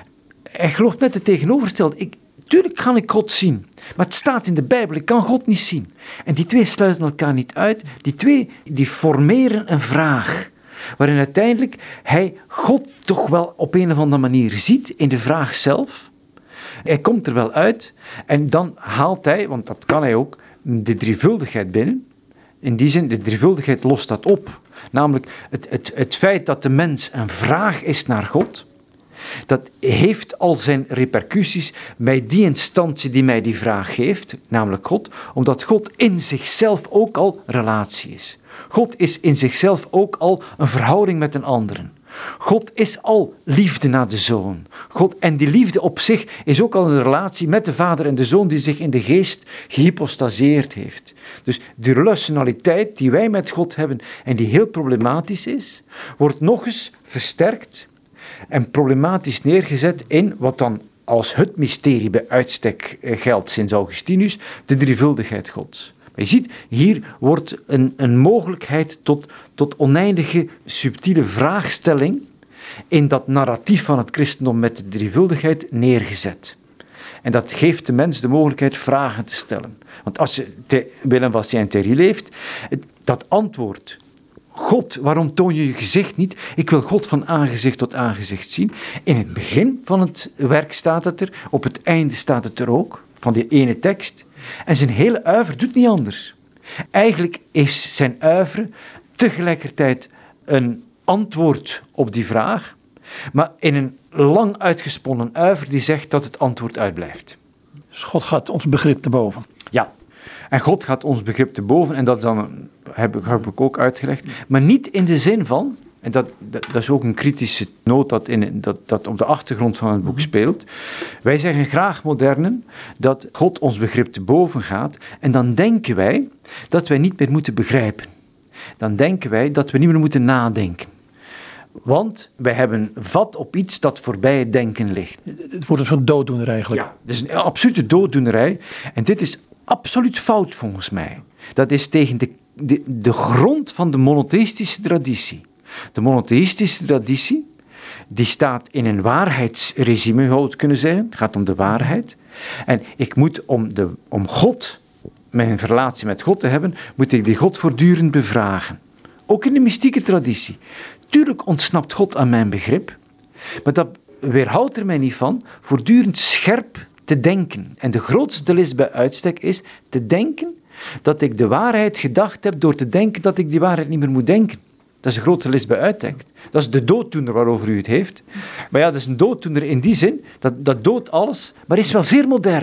Hij gelooft net het tegenovergestelde. Ik, tuurlijk kan ik God zien, maar het staat in de Bijbel, ik kan God niet zien. En die twee sluiten elkaar niet uit, die twee die formeren een vraag, waarin uiteindelijk hij God toch wel op een of andere manier ziet in de vraag zelf. Hij komt er wel uit en dan haalt hij, want dat kan hij ook, de drievuldigheid binnen. In die zin, de drievuldigheid lost dat op. Namelijk het, het, het feit dat de mens een vraag is naar God, dat heeft al zijn repercussies bij die instantie die mij die vraag geeft, namelijk God, omdat God in zichzelf ook al relatie is. God is in zichzelf ook al een verhouding met een anderen. God is al liefde naar de Zoon. God, en die liefde op zich is ook al een relatie met de Vader en de Zoon die zich in de geest gehypostaseerd heeft. Dus de relationaliteit die wij met God hebben en die heel problematisch is, wordt nog eens versterkt en problematisch neergezet in wat dan als het mysterie bij uitstek geldt sinds Augustinus, de drievuldigheid Gods. Maar je ziet, hier wordt een, een mogelijkheid tot, tot oneindige subtiele vraagstelling in dat narratief van het christendom met de drievuldigheid neergezet. En dat geeft de mens de mogelijkheid vragen te stellen. Want als je te Willem van Sint-Thierry leeft, dat antwoord, God, waarom toon je je gezicht niet? Ik wil God van aangezicht tot aangezicht zien. In het begin van het werk staat het er, op het einde staat het er ook, van die ene tekst. En zijn hele oeuvre doet niet anders. Eigenlijk is zijn oeuvre tegelijkertijd een antwoord op die vraag, maar in een lang uitgesponnen oeuvre die zegt dat het antwoord uitblijft. Dus God gaat ons begrip te boven. Ja, en God gaat ons begrip te boven, en dat is dan, heb ik, heb ik ook uitgelegd, maar niet in de zin van, en dat, dat, dat is ook een kritische noot dat, in, dat, dat op de achtergrond van het boek speelt. Wij zeggen graag, modernen, dat God ons begrip te boven gaat, en dan denken wij dat wij niet meer moeten begrijpen. Dan denken wij dat we niet meer moeten nadenken. Want wij hebben vat op iets dat voorbij het denken ligt. Het wordt een soort dooddoener eigenlijk. Ja, het is een absolute dooddoenerij. En dit is absoluut fout volgens mij. Dat is tegen de, de, de grond van de monotheïstische traditie. De monotheïstische traditie, die staat in een waarheidsregime, zou je het kunnen zeggen. Het gaat om de waarheid. En ik moet om, de, om God, mijn relatie met God te hebben, moet ik die God voortdurend bevragen. Ook in de mystieke traditie. Tuurlijk ontsnapt God aan mijn begrip, maar dat weerhoudt er mij niet van voortdurend scherp te denken. En de grootste list bij uitstek is te denken dat ik de waarheid gedacht heb door te denken dat ik die waarheid niet meer moet denken. Dat is de grote list bij uitstek. Dat is de dooddoener waarover u het heeft. Maar ja, dat is een dooddoener in die zin, dat, dat doodt alles, maar is wel zeer modern.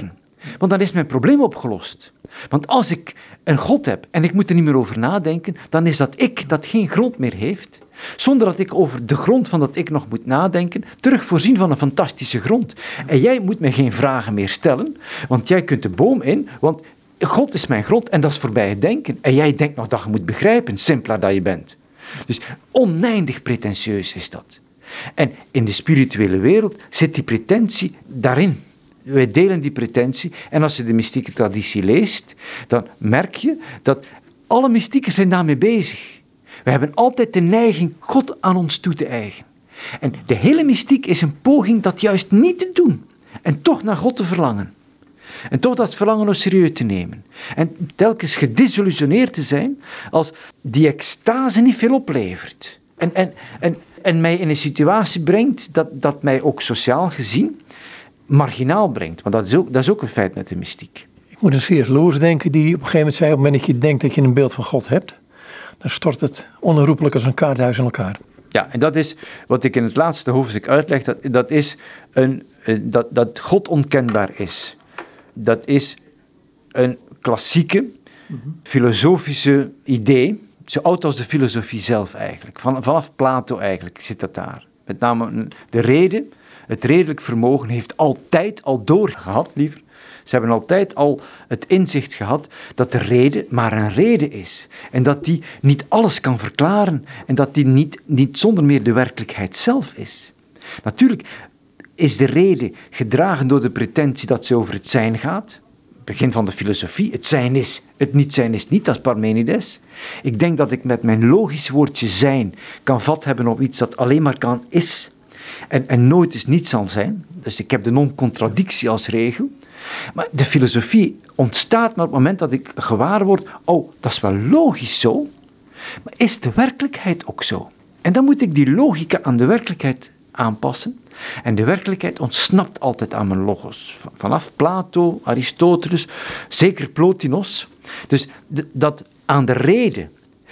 Want dan is mijn probleem opgelost. Want als ik een God heb en ik moet er niet meer over nadenken, dan is dat ik dat geen grond meer heeft, zonder dat ik over de grond van dat ik nog moet nadenken, terug voorzien van een fantastische grond. En jij moet mij geen vragen meer stellen, want jij kunt de boom in, want God is mijn grond en dat is voorbij het denken. En jij denkt nog dat je moet begrijpen, simpeler dat je bent. Dus oneindig pretentieus is dat. En in de spirituele wereld zit die pretentie daarin. Wij delen die pretentie en als je de mystieke traditie leest, dan merk je dat alle mystieken zijn daarmee bezig. We hebben altijd de neiging God aan ons toe te eigenen. En de hele mystiek is een poging dat juist niet te doen en toch naar God te verlangen. En toch dat verlangen nog serieus te nemen. En telkens gedesillusioneerd te zijn als die extase niet veel oplevert. En, en, en, en mij in een situatie brengt dat, dat mij ook sociaal gezien marginaal brengt. Want dat is ook, dat is ook een feit met de mystiek. Ik moet aan C S Lewis denken, die op een gegeven moment zei, op het moment dat je denkt dat je een beeld van God hebt, dan stort het onherroepelijk als een kaarthuis in elkaar. Ja, en dat is wat ik in het laatste hoofdstuk uitleg, dat, dat is een, dat, dat God onkenbaar is. Dat is een klassieke, mm-hmm. filosofische idee, zo oud als de filosofie zelf eigenlijk. Van, vanaf Plato eigenlijk zit dat daar. Met name de reden, het redelijk vermogen heeft altijd al doorgehad, liever. Ze hebben altijd al het inzicht gehad dat de reden maar een reden is. En dat die niet alles kan verklaren en dat die niet, niet zonder meer de werkelijkheid zelf is. Natuurlijk is de reden gedragen door de pretentie dat ze over het zijn gaat. Begin van de filosofie, het zijn is, het niet zijn is niet, dat is Parmenides. Ik denk dat ik met mijn logisch woordje zijn kan vat hebben op iets dat alleen maar kan is en, en nooit eens niet zal zijn. Dus ik heb de non-contradictie als regel. Maar de filosofie ontstaat maar op het moment dat ik gewaar word, oh, dat is wel logisch zo, maar is de werkelijkheid ook zo? En dan moet ik die logica aan de werkelijkheid aanpassen. En de werkelijkheid ontsnapt altijd aan mijn logos. Vanaf Plato, Aristoteles, zeker Plotinos. Dus de, dat aan de reden,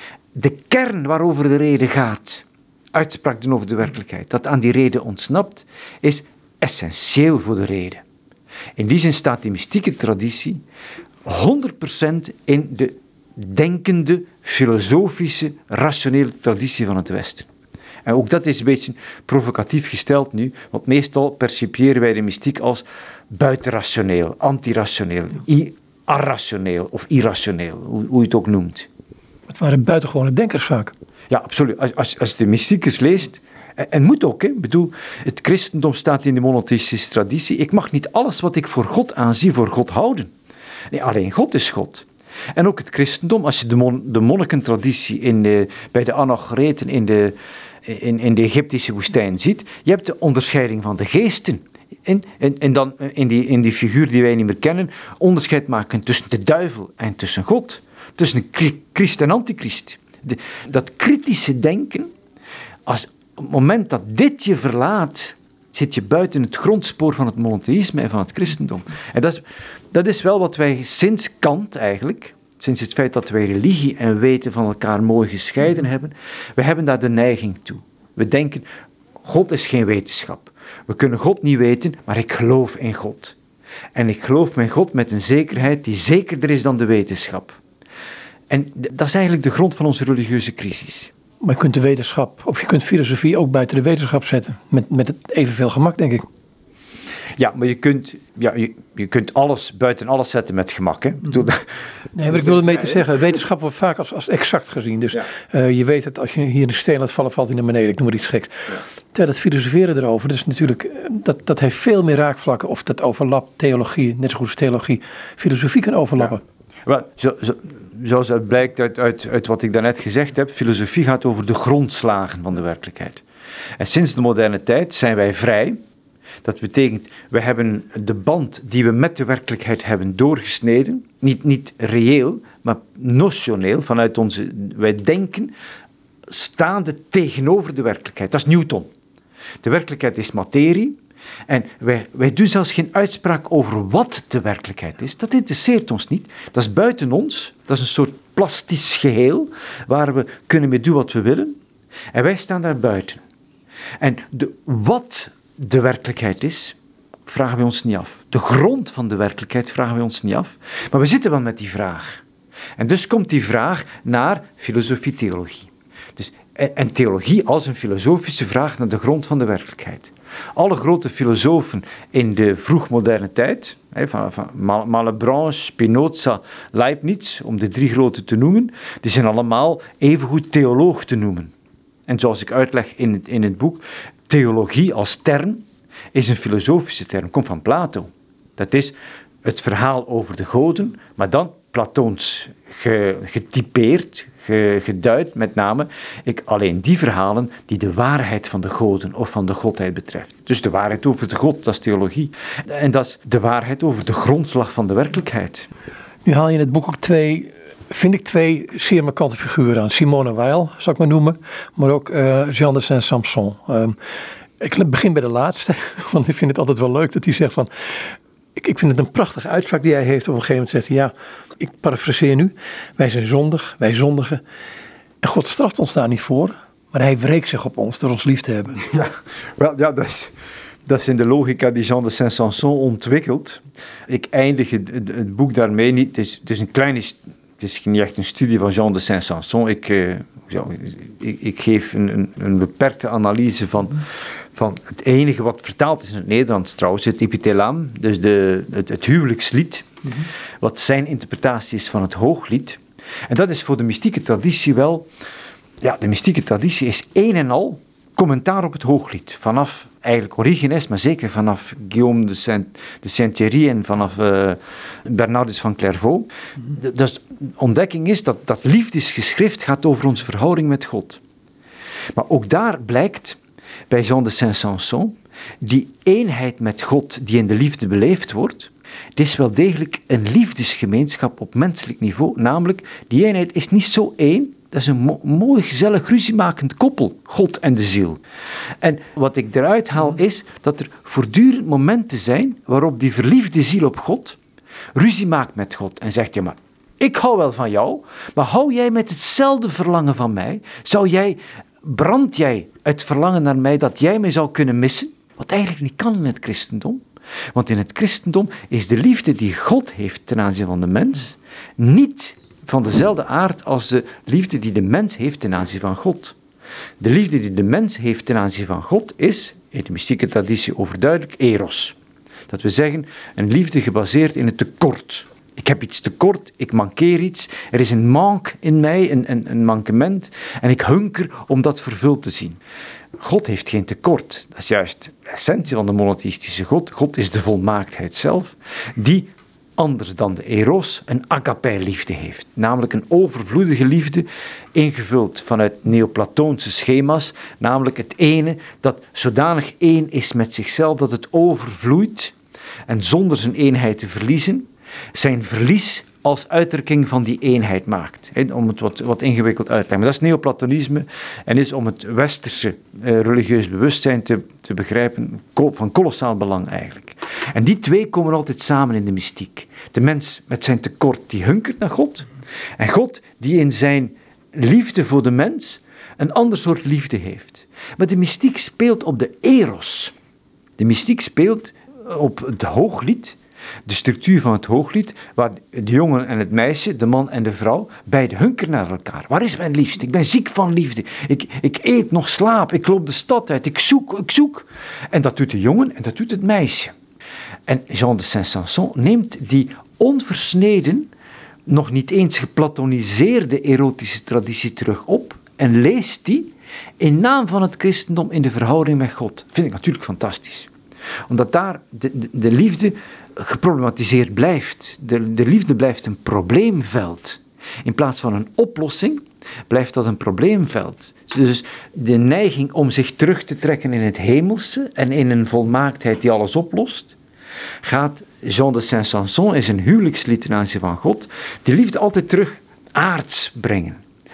de kern waarover de reden gaat, uitspraak doen over de werkelijkheid, dat aan die reden ontsnapt, is essentieel voor de reden. In die zin staat die mystieke traditie honderd procent in de denkende, filosofische, rationele traditie van het Westen. En ook dat is een beetje provocatief gesteld nu, want meestal percipiëren wij de mystiek als buitenrationeel, antirationeel, irrationeel of irrationeel, hoe, hoe je het ook noemt. Het waren buitengewone denkers vaak. Ja, absoluut. Als, als, als je de mystiekers leest, en, en moet ook, hè. Ik bedoel, het christendom staat in de monotheïstische traditie. Ik mag niet alles wat ik voor God aanzie, voor God houden. Nee, alleen God is God. En ook het christendom, als je de, mon, de monnikentraditie in de, bij de Anachoreten in de, in, in de Egyptische woestijn ziet, je hebt de onderscheiding van de geesten. En, en, en dan in die, in die figuur die wij niet meer kennen, onderscheid maken tussen de duivel en tussen God. Tussen Christ en antichrist. De, dat kritische denken, als op het moment dat dit je verlaat, zit je buiten het grondspoor van het monotheïsme en van het christendom. En dat is, dat is wel wat wij sinds Kant eigenlijk, sinds het feit dat wij religie en weten van elkaar mooi gescheiden hebben, we hebben daar de neiging toe. We denken, God is geen wetenschap. We kunnen God niet weten, maar ik geloof in God. En ik geloof in God met een zekerheid die zekerder is dan de wetenschap. En dat is eigenlijk de grond van onze religieuze crisis. Maar je kunt de wetenschap, of je kunt filosofie ook buiten de wetenschap zetten. Met, met het evenveel gemak, denk ik. Ja, maar je kunt, ja, je, je kunt alles buiten alles zetten met gemak. Hè? Bedoel, nee, maar ik wilde mee te zeggen, wetenschap wordt vaak als, als exact gezien. Dus ja. uh, je weet het, als je hier een steen laat vallen, valt hij naar beneden. Ik noem maar iets geks. Ja. Terwijl het filosoferen erover, dat is natuurlijk, dat, dat heeft veel meer raakvlakken. Of dat overlapt theologie, net zo goed als theologie, filosofie kan overlappen. Ja. Wel, zo, zo, zoals het blijkt uit, uit, uit wat ik daarnet gezegd heb, filosofie gaat over de grondslagen van de werkelijkheid. En sinds de moderne tijd zijn wij vrij. Dat betekent, we hebben de band die we met de werkelijkheid hebben doorgesneden, niet, niet reëel, maar notioneel, vanuit onze, wij denken, staande tegenover de werkelijkheid. Dat is Newton. De werkelijkheid is materie en wij, wij doen zelfs geen uitspraak over wat de werkelijkheid is. Dat interesseert ons niet. Dat is buiten ons, dat is een soort plastisch geheel, waar we kunnen mee doen wat we willen. En wij staan daar buiten. En de, wat de werkelijkheid is, vragen we ons niet af. De grond van de werkelijkheid vragen we ons niet af. Maar we zitten wel met die vraag. En dus komt die vraag naar filosofie-theologie. Dus, en theologie als een filosofische vraag naar de grond van de werkelijkheid. Alle grote filosofen in de vroegmoderne tijd, van, van Malebranche, Spinoza, Leibniz, om de drie grote te noemen, die zijn allemaal evengoed theoloog te noemen. En zoals ik uitleg in het, in het boek, theologie als term is een filosofische term, komt van Plato. Dat is het verhaal over de goden, maar dan Platoons ge, getypeerd, ge, geduid met name ik, alleen die verhalen die de waarheid van de goden of van de godheid betreft. Dus de waarheid over de god, dat is theologie. En dat is de waarheid over de grondslag van de werkelijkheid. Nu haal je in het boek ook twee, vind ik twee zeer markante figuren aan. Simone Weil, zou ik maar noemen, maar ook uh, Jean de Saint-Sampson. Um, ik begin bij de laatste, want ik vind het altijd wel leuk dat hij zegt van... Ik, ik vind het een prachtige uitspraak die hij heeft. Op een gegeven moment zegt hij, ja, ik parafraseer nu. Wij zijn zondig, wij zondigen. En God straft ons daar niet voor. Maar hij wreekt zich op ons door ons lief te hebben. Ja, wel, ja dat, is, dat is in de logica die Jean de Saint-Sampson ontwikkelt. Ik eindig het, het, het boek daarmee niet. Het is, het is een kleine... Het is niet echt een studie van Jean de Saint-Sampson. Ik, uh, ja, ik, ik geef een, een, een beperkte analyse van... van het enige wat vertaald is in het Nederlands trouwens, het epithelaam, dus de, het, het huwelijkslied, mm-hmm. wat zijn interpretatie is van het hooglied. En dat is voor de mystieke traditie wel, ja, de mystieke traditie is een en al commentaar op het hooglied. Vanaf eigenlijk Origenes, maar zeker vanaf Guillaume de, Saint, de Saint-Thierry en vanaf uh, Bernardus van Clairvaux. Mm-hmm. De, dus de ontdekking is dat dat liefdesgeschrift gaat over onze verhouding met God. Maar ook daar blijkt... bij Jean de Saint-Sampson, die eenheid met God die in de liefde beleefd wordt, het is wel degelijk een liefdesgemeenschap op menselijk niveau, namelijk die eenheid is niet zo één, dat is een mo- mooi, gezellig, ruziemakend koppel, God en de ziel. En wat ik eruit haal is dat er voortdurend momenten zijn waarop die verliefde ziel op God ruzie maakt met God en zegt, ja maar, ik hou wel van jou, maar hou jij met hetzelfde verlangen van mij? Zou jij... Brand jij het verlangen naar mij dat jij mij zou kunnen missen? Wat eigenlijk niet kan in het christendom. Want in het christendom is de liefde die God heeft ten aanzien van de mens niet van dezelfde aard als de liefde die de mens heeft ten aanzien van God. De liefde die de mens heeft ten aanzien van God is, in de mystieke traditie overduidelijk, eros. Dat we zeggen, een liefde gebaseerd in het tekort. Ik heb iets tekort, ik mankeer iets, er is een mank in mij, een, een, een mankement, en ik hunker om dat vervuld te zien. God heeft geen tekort, dat is juist de essentie van de monotheïstische God. God is de volmaaktheid zelf, die anders dan de eros een agape-liefde heeft. Namelijk een overvloedige liefde, ingevuld vanuit Neoplatoonse schema's, namelijk het ene dat zodanig één is met zichzelf, dat het overvloeit en zonder zijn eenheid te verliezen, zijn verlies als uitdrukking van die eenheid maakt. He, om het wat, wat ingewikkeld uit te leggen. Maar dat is neoplatonisme en is om het westerse uh, religieus bewustzijn te, te begrijpen van kolossaal belang eigenlijk. En die twee komen altijd samen in de mystiek. De mens met zijn tekort die hunkert naar God en God die in zijn liefde voor de mens een ander soort liefde heeft. Maar de mystiek speelt op de eros. De mystiek speelt op het hooglied, de structuur van het hooglied, waar de jongen en het meisje, de man en de vrouw, beide hunkeren naar elkaar. Waar is mijn liefde? Ik ben ziek van liefde. Ik, ik eet nog slaap. Ik loop de stad uit. Ik zoek, ik zoek. En dat doet de jongen en dat doet het meisje. En Jean de Saint-Sampson neemt die onversneden, nog niet eens geplatoniseerde erotische traditie terug op en leest die in naam van het christendom in de verhouding met God. Dat vind ik natuurlijk fantastisch. Omdat daar de, de, de liefde geproblematiseerd blijft. De, de liefde blijft een probleemveld. In plaats van een oplossing blijft dat een probleemveld. Dus de neiging om zich terug te trekken in het hemelse en in een volmaaktheid die alles oplost, gaat Jean de Saint-Sampson in zijn huwelijkslied ten aanzien van God die liefde altijd terug aards brengen.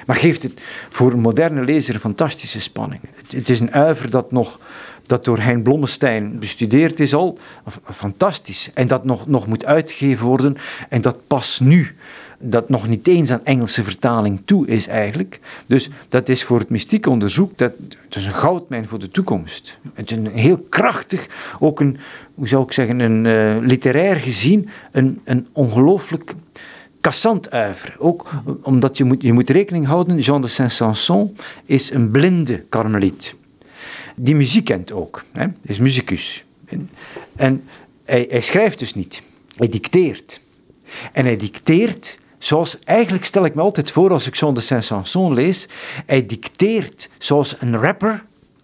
Maar geeft het voor een moderne lezer een fantastische spanning. Het, het is een uiver dat nog... dat door Hein Blommestein bestudeerd is al, fantastisch. En dat nog, nog moet uitgegeven worden en dat pas nu, dat nog niet eens aan Engelse vertaling toe is eigenlijk. Dus dat is voor het mystiek onderzoek, dat, dat is een goudmijn voor de toekomst. Het is een heel krachtig, ook een, hoe zou ik zeggen, een uh, literair gezien, een, een ongelooflijk cassant uiver. Ook omdat je moet, je moet rekening houden, Jean de Saint-Saëns is een blinde karmeliet. Die muziek kent ook. Hè? Hij is musicus. En, en hij, hij schrijft dus niet. Hij dicteert. En hij dicteert zoals... Eigenlijk stel ik me altijd voor als ik Jean de Saint-Saëns lees. Hij dicteert zoals een rapper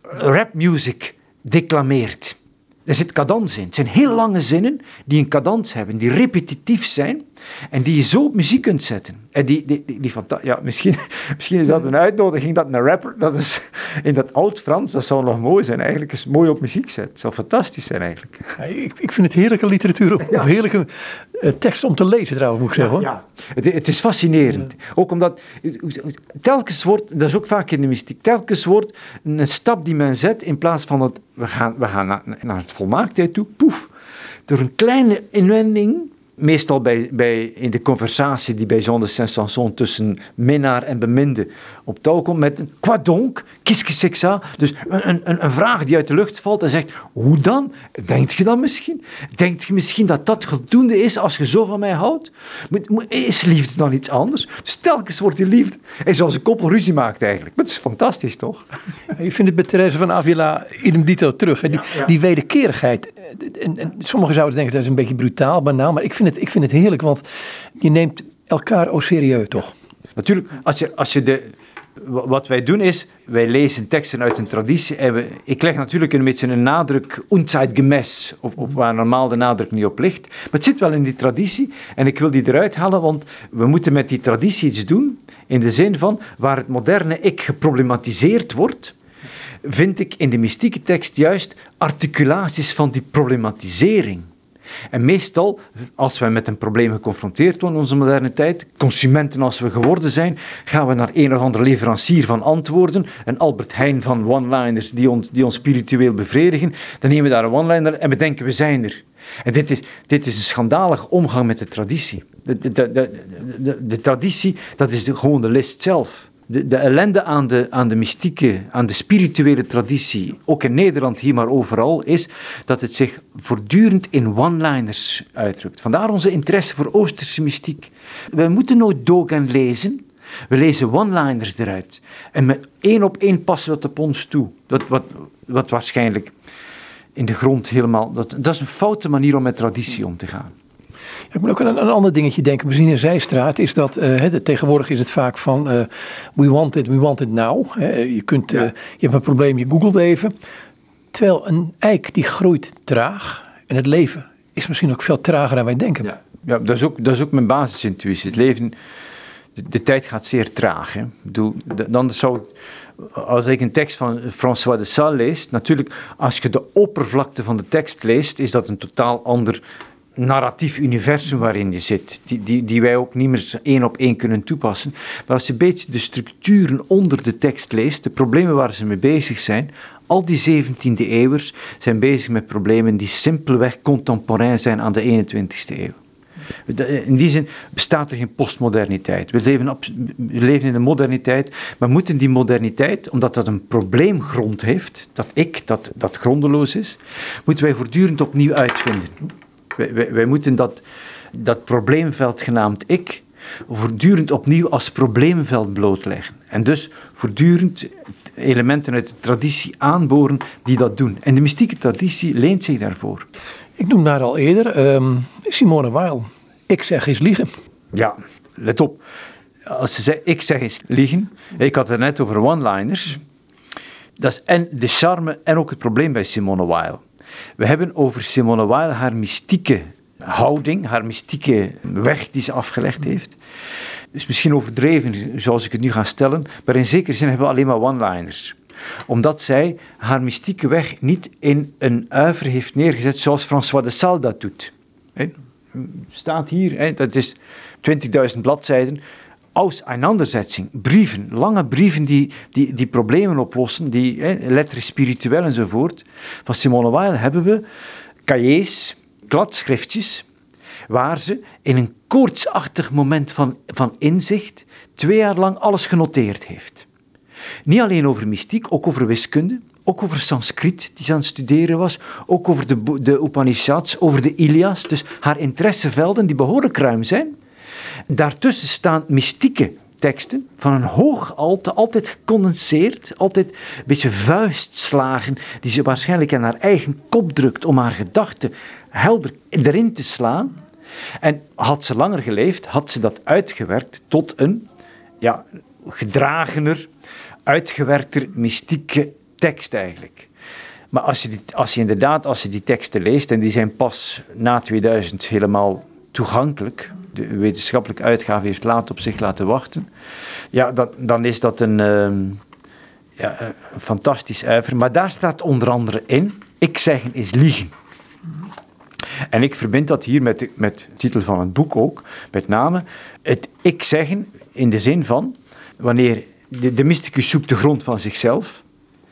rapmuziek declameert. Er zit cadans in. Het zijn heel lange zinnen die een cadans hebben. Die repetitief zijn. En die je zo op muziek kunt zetten. En die, die, die, die fanta- ja, misschien, misschien is dat een uitnodiging dat een rapper, dat is in dat oud-Frans, dat zou nog mooi zijn eigenlijk, eens mooi op muziek zetten. Het zou fantastisch zijn eigenlijk. Ja, ik, ik vind het heerlijke literatuur, of ja. heerlijke uh, teksten om te lezen trouwens, moet ik zeggen. Hoor. Ja, ja. Het, het is fascinerend. Ja. Ook omdat, telkens wordt, dat is ook vaak in de mystiek, telkens wordt een stap die men zet, in plaats van dat we gaan, we gaan naar, naar het volmaaktheid toe, poef, door een kleine inwending. Meestal bij, bij, in de conversatie die bij Jean de Saint-Saëns tussen minnaar en beminde op touw komt met een quoi donc, qu'est-ce que c'est que ça? Dus een, een, een vraag die uit de lucht valt en zegt, hoe dan? Denkt je dat misschien? Denkt je misschien dat dat voldoende is als je zo van mij houdt? Moet, moet, is liefde dan iets anders? Dus telkens wordt die liefde, en zoals een koppel ruzie maakt eigenlijk. Maar het is fantastisch, toch? Je vindt het bij Therese van Avila idem dito terug. Hè? Die, ja, ja. die wederkerigheid. En, en sommigen zouden denken dat is een beetje brutaal, banaal, maar ik vind het, ik vind het heerlijk, want je neemt elkaar au serieus, toch? Natuurlijk, als je, als je de, wat wij doen is, wij lezen teksten uit een traditie en we, ik leg natuurlijk een beetje een nadruk, unzeitgemäß, op, op waar normaal de nadruk niet op ligt, maar het zit wel in die traditie en ik wil die eruit halen, want we moeten met die traditie iets doen, in de zin van, waar het moderne ik geproblematiseerd wordt, vind ik in de mystieke tekst juist articulaties van die problematisering. En meestal, als wij met een probleem geconfronteerd worden in onze moderne tijd, consumenten als we geworden zijn, gaan we naar een of andere leverancier van antwoorden, een Albert Heijn van one-liners die ons, die ons spiritueel bevredigen, dan nemen we daar een one-liner en bedenken we zijn er. En dit is, dit is een schandalige omgang met de traditie. De, de, de, de, de, de traditie, dat is de, gewoon de list zelf. De, de ellende aan de, aan de mystieke, aan de spirituele traditie, ook in Nederland hier maar overal, is dat het zich voortdurend in one-liners uitdrukt. Vandaar onze interesse voor Oosterse mystiek. Wij moeten nooit Dogen lezen, we lezen one-liners eruit. En met één op één passen we dat op ons toe. Dat, wat, wat waarschijnlijk in de grond helemaal... Dat, dat is een foute manier om met traditie om te gaan. Ik moet ook aan een, een ander dingetje denken. We zien in Zijstraat is dat, uh, het, tegenwoordig is het vaak van, uh, we want it, we want it now. Uh, je, kunt, uh, ja. je hebt een probleem, je googelt even. Terwijl een eik die groeit traag en het leven is misschien ook veel trager dan wij denken. Ja, ja dat, is ook, dat is ook mijn basisintuïtie. Het leven, de, de tijd gaat zeer traag. Hè. Ik bedoel, dan zou ik, als ik een tekst van François de Sales lees, natuurlijk als je de oppervlakte van de tekst leest, is dat een totaal ander narratief universum waarin je zit, die, die, die wij ook niet meer één op één kunnen toepassen. Maar als je een beetje de structuren onder de tekst leest, de problemen waar ze mee bezig zijn, al die zeventiende eeuwers zijn bezig met problemen die simpelweg contemporain zijn aan de eenentwintigste eeuw. In die zin bestaat er geen postmoderniteit. We leven, op, we leven in de moderniteit, maar moeten die moderniteit, omdat dat een probleemgrond heeft, dat ik, dat, dat grondeloos is, moeten wij voortdurend opnieuw uitvinden. Wij, wij, wij moeten dat, dat probleemveld genaamd ik voortdurend opnieuw als probleemveld blootleggen. En dus voortdurend elementen uit de traditie aanboren die dat doen. En de mystieke traditie leent zich daarvoor. Ik noemde haar al eerder, um, Simone Weil. Ik zeg is liegen. Ja, let op. Als ze zei, ik zeg is liegen. Ik had het net over one-liners. Dat is en de charme en ook het probleem bij Simone Weil. We hebben over Simone Weil haar mystieke houding, haar mystieke weg die ze afgelegd heeft. Dus misschien overdreven, zoals ik het nu ga stellen, maar in zekere zin hebben we alleen maar one-liners. Omdat zij haar mystieke weg niet in een uiver heeft neergezet zoals François de Sales dat doet. He, staat hier, he, dat is twintigduizend bladzijden. Auseinandersetzing, brieven, lange brieven die, die, die problemen oplossen, die eh, lettres spiritueel enzovoort. Van Simone Weil hebben we cahiers, kladschriftjes, waar ze in een koortsachtig moment van, van inzicht twee jaar lang alles genoteerd heeft. Niet alleen over mystiek, ook over wiskunde, ook over Sanskriet, die ze aan het studeren was, ook over de, de Upanishads, over de Ilias, dus haar interessevelden die behoorlijk ruim zijn. Daartussen staan mystieke teksten van een hoog alte, altijd gecondenseerd, altijd een beetje vuistslagen, die ze waarschijnlijk aan haar eigen kop drukt om haar gedachten helder erin te slaan. En had ze langer geleefd, had ze dat uitgewerkt tot een ja, gedragener, uitgewerkter mystieke tekst eigenlijk. Maar als je, die, als je inderdaad, als je die teksten leest, en die zijn pas na tweeduizend helemaal toegankelijk, de wetenschappelijke uitgave heeft laat op zich laten wachten, ja, dat, dan is dat een, uh, ja, een fantastisch uiver. Maar daar staat onder andere in, ik zeggen is liegen. En ik verbind dat hier met de, met de titel van het boek ook, met name het ik zeggen in de zin van, wanneer de, de mysticus zoekt de grond van zichzelf,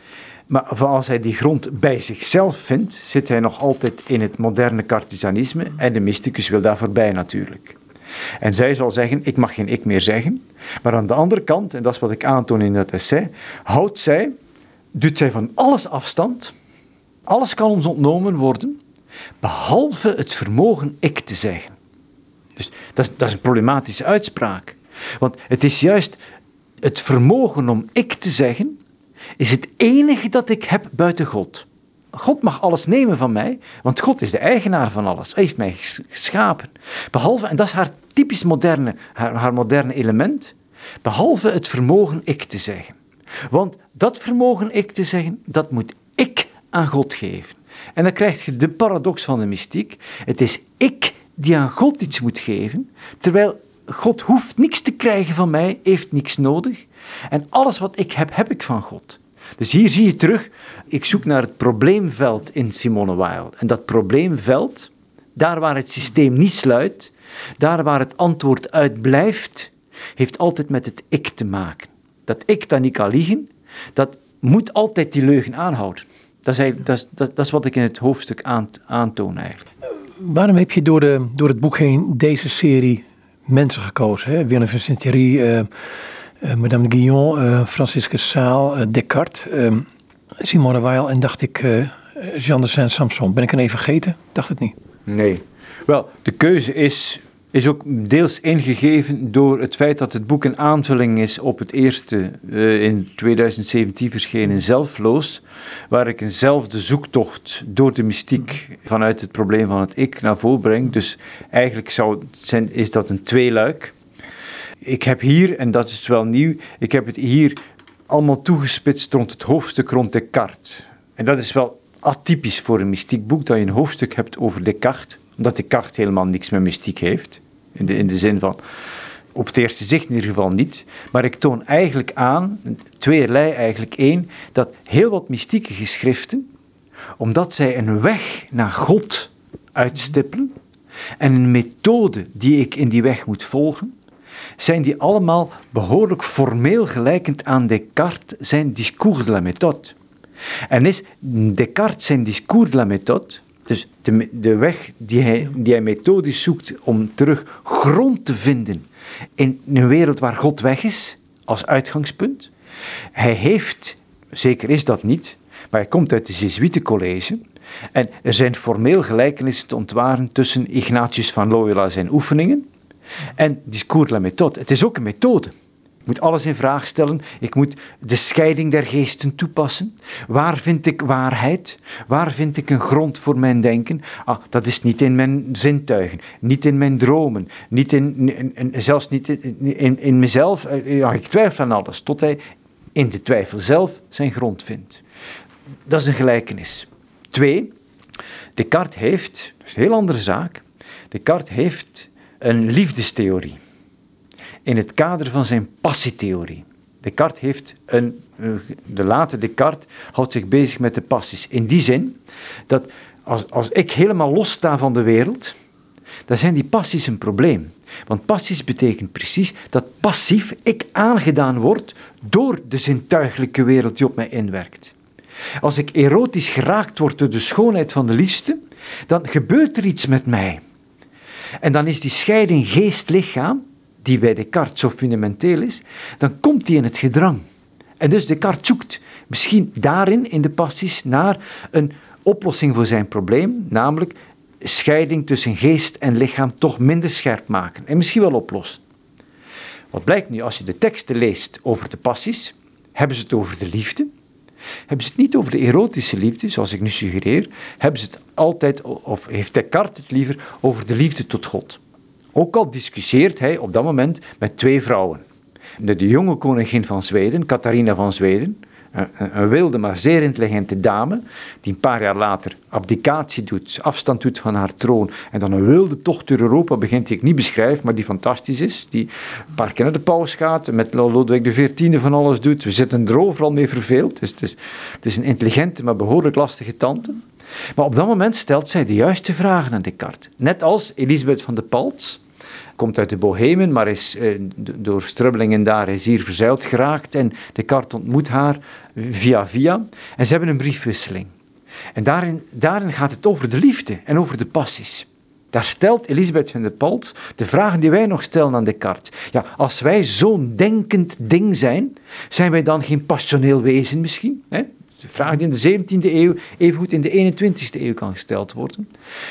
maar als hij die grond bij zichzelf vindt, zit hij nog altijd in het moderne Cartesianisme en de mysticus wil daar voorbij natuurlijk. En zij zal zeggen, ik mag geen ik meer zeggen, maar aan de andere kant, en dat is wat ik aantoon in dat essay, houdt zij, doet zij van alles afstand, alles kan ons ontnomen worden, behalve het vermogen ik te zeggen. Dus dat is, dat is een problematische uitspraak. Want het is juist het vermogen om ik te zeggen, is het enige dat ik heb buiten God. God mag alles nemen van mij, want God is de eigenaar van alles. Hij heeft mij geschapen. Behalve, en dat is haar typisch moderne, haar, haar moderne element, behalve het vermogen ik te zeggen. Want dat vermogen ik te zeggen, dat moet ik aan God geven. En dan krijg je de paradox van de mystiek. Het is ik die aan God iets moet geven, terwijl God hoeft niks te krijgen van mij, heeft niks nodig. En alles wat ik heb, heb ik van God. Dus hier zie je terug, ik zoek naar het probleemveld in Simone Weil. En dat probleemveld, daar waar het systeem niet sluit, daar waar het antwoord uit blijft, heeft altijd met het ik te maken. Dat ik dat niet kan liegen, dat moet altijd die leugen aanhouden. Dat is, dat is, dat, dat is wat ik in het hoofdstuk aantoon eigenlijk. Waarom heb je door, de, door het boek heen deze serie mensen gekozen? Hè? Willem van Saint-Thierry, uh, uh, Madame de Guyon, uh, Franciscus Saal, uh, Descartes, uh, Simone Weil en dacht ik uh, Jean de Saint-Sampson. Ben ik er even vergeten? Dacht het niet. Nee. Wel, de keuze is, is ook deels ingegeven door het feit dat het boek een aanvulling is op het eerste uh, in tweeduizend zeventien verschenen Zelfloos, waar ik eenzelfde zoektocht door de mystiek vanuit het probleem van het ik naar voren breng. Dus eigenlijk zou zijn, is dat een tweeluik. Ik heb hier, en dat is wel nieuw, ik heb het hier allemaal toegespitst rond het hoofdstuk rond Descartes. En dat is wel atypisch voor een mystiek boek, dat je een hoofdstuk hebt over Descartes, omdat Descartes helemaal niks met mystiek heeft. In de, in de zin van, op het eerste zicht in ieder geval niet. Maar ik toon eigenlijk aan, tweeërlei eigenlijk één, dat heel wat mystieke geschriften, omdat zij een weg naar God uitstippelen en een methode die ik in die weg moet volgen, zijn die allemaal behoorlijk formeel gelijkend aan Descartes zijn discours de la méthode. En is Descartes zijn discours de la méthode, dus de, de weg die hij, die hij methodisch zoekt om terug grond te vinden in een wereld waar God weg is, als uitgangspunt. Hij heeft, zeker is dat niet, maar hij komt uit het Jezuïetencollege en er zijn formeel gelijkenissen te ontwaren tussen Ignatius van Loyola zijn oefeningen en discours de la méthode. Het is ook een methode. Ik moet alles in vraag stellen. Ik moet de scheiding der geesten toepassen. Waar vind ik waarheid? Waar vind ik een grond voor mijn denken? Ah, dat is niet in mijn zintuigen, niet in mijn dromen, niet in, in, in, zelfs niet in, in, in mezelf. Ja, ik twijfel aan alles, tot hij in de twijfel zelf zijn grond vindt. Dat is een gelijkenis. Twee, Descartes heeft, dat is een heel andere zaak, Descartes heeft een liefdestheorie. In het kader van zijn passietheorie. Descartes heeft een, de late Descartes houdt zich bezig met de passies. In die zin dat als, als ik helemaal lossta van de wereld, dan zijn die passies een probleem. Want passies betekent precies dat passief ik aangedaan word door de zintuiglijke wereld die op mij inwerkt. Als ik erotisch geraakt word door de schoonheid van de liefste, dan gebeurt er iets met mij. En dan is die scheiding geest-lichaam, die bij Descartes zo fundamenteel is, dan komt die in het gedrang. En dus Descartes zoekt misschien daarin, in de passies, naar een oplossing voor zijn probleem, namelijk scheiding tussen geest en lichaam toch minder scherp maken en misschien wel oplossen. Wat blijkt nu, als je de teksten leest over de passies, hebben ze het over de liefde, hebben ze het niet over de erotische liefde, zoals ik nu suggereer, hebben ze het altijd, of heeft Descartes het liever, over de liefde tot God. Ook al discussieert hij op dat moment met twee vrouwen. De, de jonge koningin van Zweden, Catharina van Zweden, een, een wilde maar zeer intelligente dame, die een paar jaar later abdicatie doet, afstand doet van haar troon en dan een wilde tocht door Europa begint die ik niet beschrijf, maar die fantastisch is, die een paar keer naar de paus gaat, met Lodewijk de veertiende van alles doet. We zitten er overal mee verveeld, dus het is, het is een intelligente, maar behoorlijk lastige tante. Maar op dat moment stelt zij de juiste vragen aan Descartes. Net als Elisabeth van de Paltz, komt uit de Bohemen, maar is eh, door strubbelingen daar is hier verzeild geraakt en Descartes ontmoet haar via via en ze hebben een briefwisseling. En daarin, daarin gaat het over de liefde en over de passies. Daar stelt Elisabeth van de Paltz de vragen die wij nog stellen aan Descartes. Ja, als wij zo'n denkend ding zijn, zijn wij dan geen passioneel wezen misschien? Hè? De vraag die in de zeventiende eeuw evengoed in de eenentwintigste eeuw kan gesteld worden.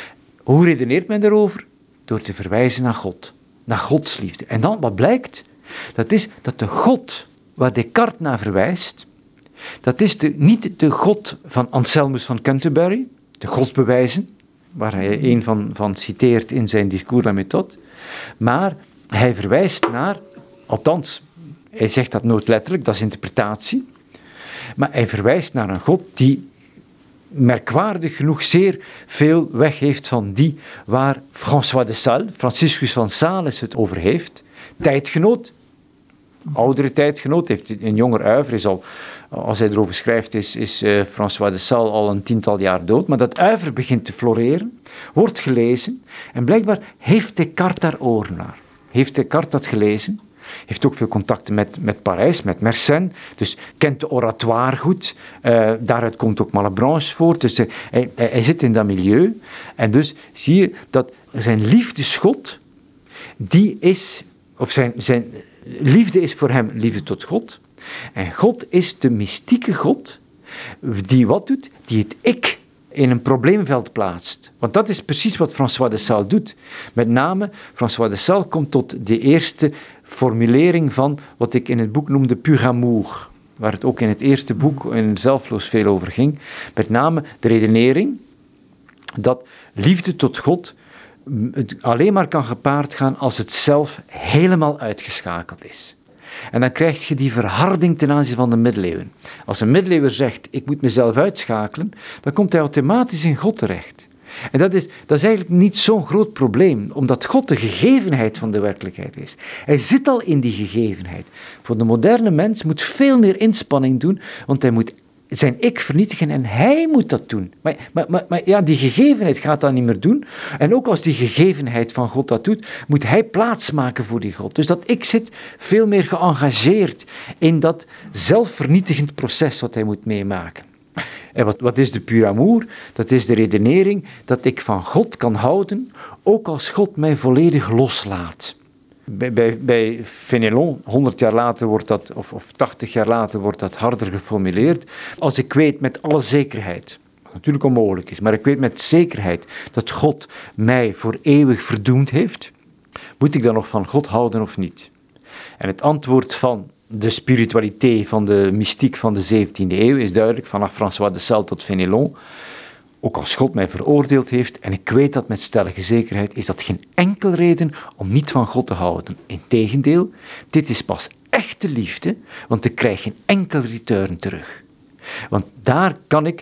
Hoe redeneert men daarover? Door te verwijzen naar God, naar Gods liefde. En dan, wat blijkt? Dat is dat de God waar Descartes naar verwijst, dat is de, niet de God van Anselmus van Canterbury, de godsbewijzen, waar hij een van, van citeert in zijn Discours la Méthode, maar hij verwijst naar, althans, hij zegt dat nooit letterlijk, dat is interpretatie, maar hij verwijst naar een God die merkwaardig genoeg zeer veel weg heeft van die waar François de Sales, Franciscus van Sales het over heeft. Tijdgenoot, oudere tijdgenoot, heeft een jonger uiver, is al, als hij erover schrijft, is, is uh, François de Sales al een tiental jaar dood, maar dat uiver begint te floreren, wordt gelezen en blijkbaar heeft Descartes daar oren naar. Heeft Descartes dat gelezen? Heeft ook veel contacten met, met Parijs, met Mersenne, dus kent de oratoire goed. Uh, daaruit komt ook Malebranche voort, dus uh, hij, hij, hij zit in dat milieu. En dus zie je dat zijn liefdesgod, die is, of zijn, zijn liefde is voor hem liefde tot God. En God is de mystieke God, die wat doet? Die het ik in een probleemveld plaatst. Want dat is precies wat François de Sales doet. Met name, François de Sales komt tot de eerste formulering van wat ik in het boek noemde pur amour, waar het ook in het eerste boek in Zelfloos veel over ging. Met name de redenering dat liefde tot God alleen maar kan gepaard gaan als het zelf helemaal uitgeschakeld is. En dan krijg je die verharding ten aanzien van de middeleeuwen. Als een middeleeuwer zegt, ik moet mezelf uitschakelen, dan komt hij automatisch in God terecht. En dat is, dat is eigenlijk niet zo'n groot probleem, omdat God de gegevenheid van de werkelijkheid is. Hij zit al in die gegevenheid. Voor de moderne mens moet veel meer inspanning doen, want hij moet zijn ik vernietigen en hij moet dat doen. Maar, maar, maar, maar ja, die gegevenheid gaat dat niet meer doen. En ook als die gegevenheid van God dat doet, moet hij plaatsmaken voor die God. Dus dat ik zit veel meer geëngageerd in dat zelfvernietigend proces wat hij moet meemaken. En wat, wat is de pur amour? Dat is de redenering dat ik van God kan houden, ook als God mij volledig loslaat. Bij, bij, bij Fénelon, honderd jaar later wordt dat, of, of tachtig jaar later wordt dat harder geformuleerd. Als ik weet met alle zekerheid, wat natuurlijk onmogelijk is, maar ik weet met zekerheid dat God mij voor eeuwig verdoemd heeft, moet ik dan nog van God houden of niet? En het antwoord van de spiritualiteit, van de mystiek van de zeventiende eeuw is duidelijk, vanaf François de Sales tot Fénelon. Ook als God mij veroordeeld heeft, en ik weet dat met stellige zekerheid, is dat geen enkel reden om niet van God te houden. Integendeel, dit is pas echte liefde, want ik krijg geen enkel return terug. Want daar kan ik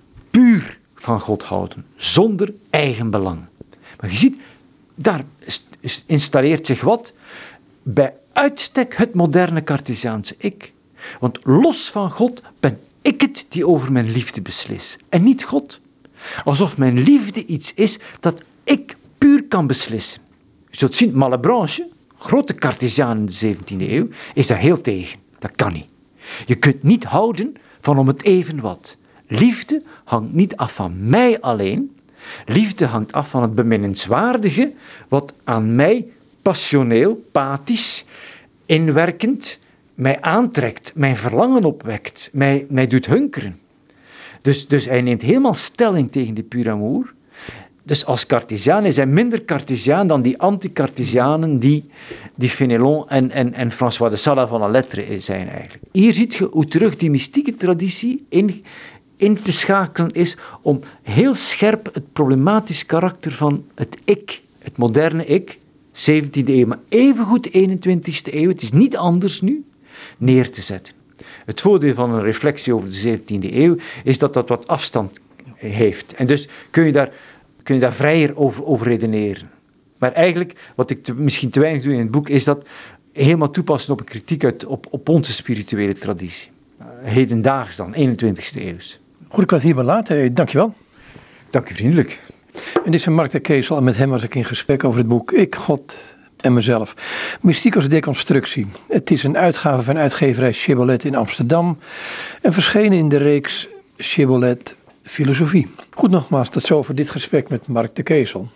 puur van God houden, zonder eigen belang. Maar je ziet, daar installeert zich wat? Bij uitstek het moderne Cartesiaanse ik. Want los van God ben ik het die over mijn liefde beslis, en niet God. Alsof mijn liefde iets is dat ik puur kan beslissen. Je zult zien, Malebranche, grote Cartesiaan in de zeventiende eeuw, is daar heel tegen. Dat kan niet. Je kunt niet houden van om het even wat. Liefde hangt niet af van mij alleen. Liefde hangt af van het beminnenswaardige wat aan mij passioneel, pathisch, inwerkend, mij aantrekt, mijn verlangen opwekt, mij, mij doet hunkeren. Dus, dus hij neemt helemaal stelling tegen die pur amour. Dus als Cartesiaan is hij minder Cartesiaan dan die anti-Cartesianen die, die Fénelon en, en, en François de Sala van la Lettre zijn eigenlijk. Hier ziet je hoe terug die mystieke traditie in, in te schakelen is om heel scherp het problematisch karakter van het ik, het moderne ik, zeventiende eeuw, maar evengoed eenentwintigste eeuw, het is niet anders nu, neer te zetten. Het voordeel van een reflectie over de zeventiende eeuw is dat dat wat afstand heeft. En dus kun je daar, kun je daar vrijer over, over redeneren. Maar eigenlijk, wat ik te, misschien te weinig doe in het boek, is dat helemaal toepassen op een kritiek uit, op, op onze spirituele traditie. Uh, hedendaags dan, eenentwintigste eeuws. Goed, ik had het hierbij laten. Dankjewel. Dank u vriendelijk. En dit is Mark de Keesel en met hem was ik in gesprek over het boek Ik, God en mezelf. Mystiek als deconstructie. Het is een uitgave van uitgeverij Shibboleth in Amsterdam en verschenen in de reeks Shibboleth Filosofie. Goed, nogmaals, tot zover dit gesprek met Mark de Keesel.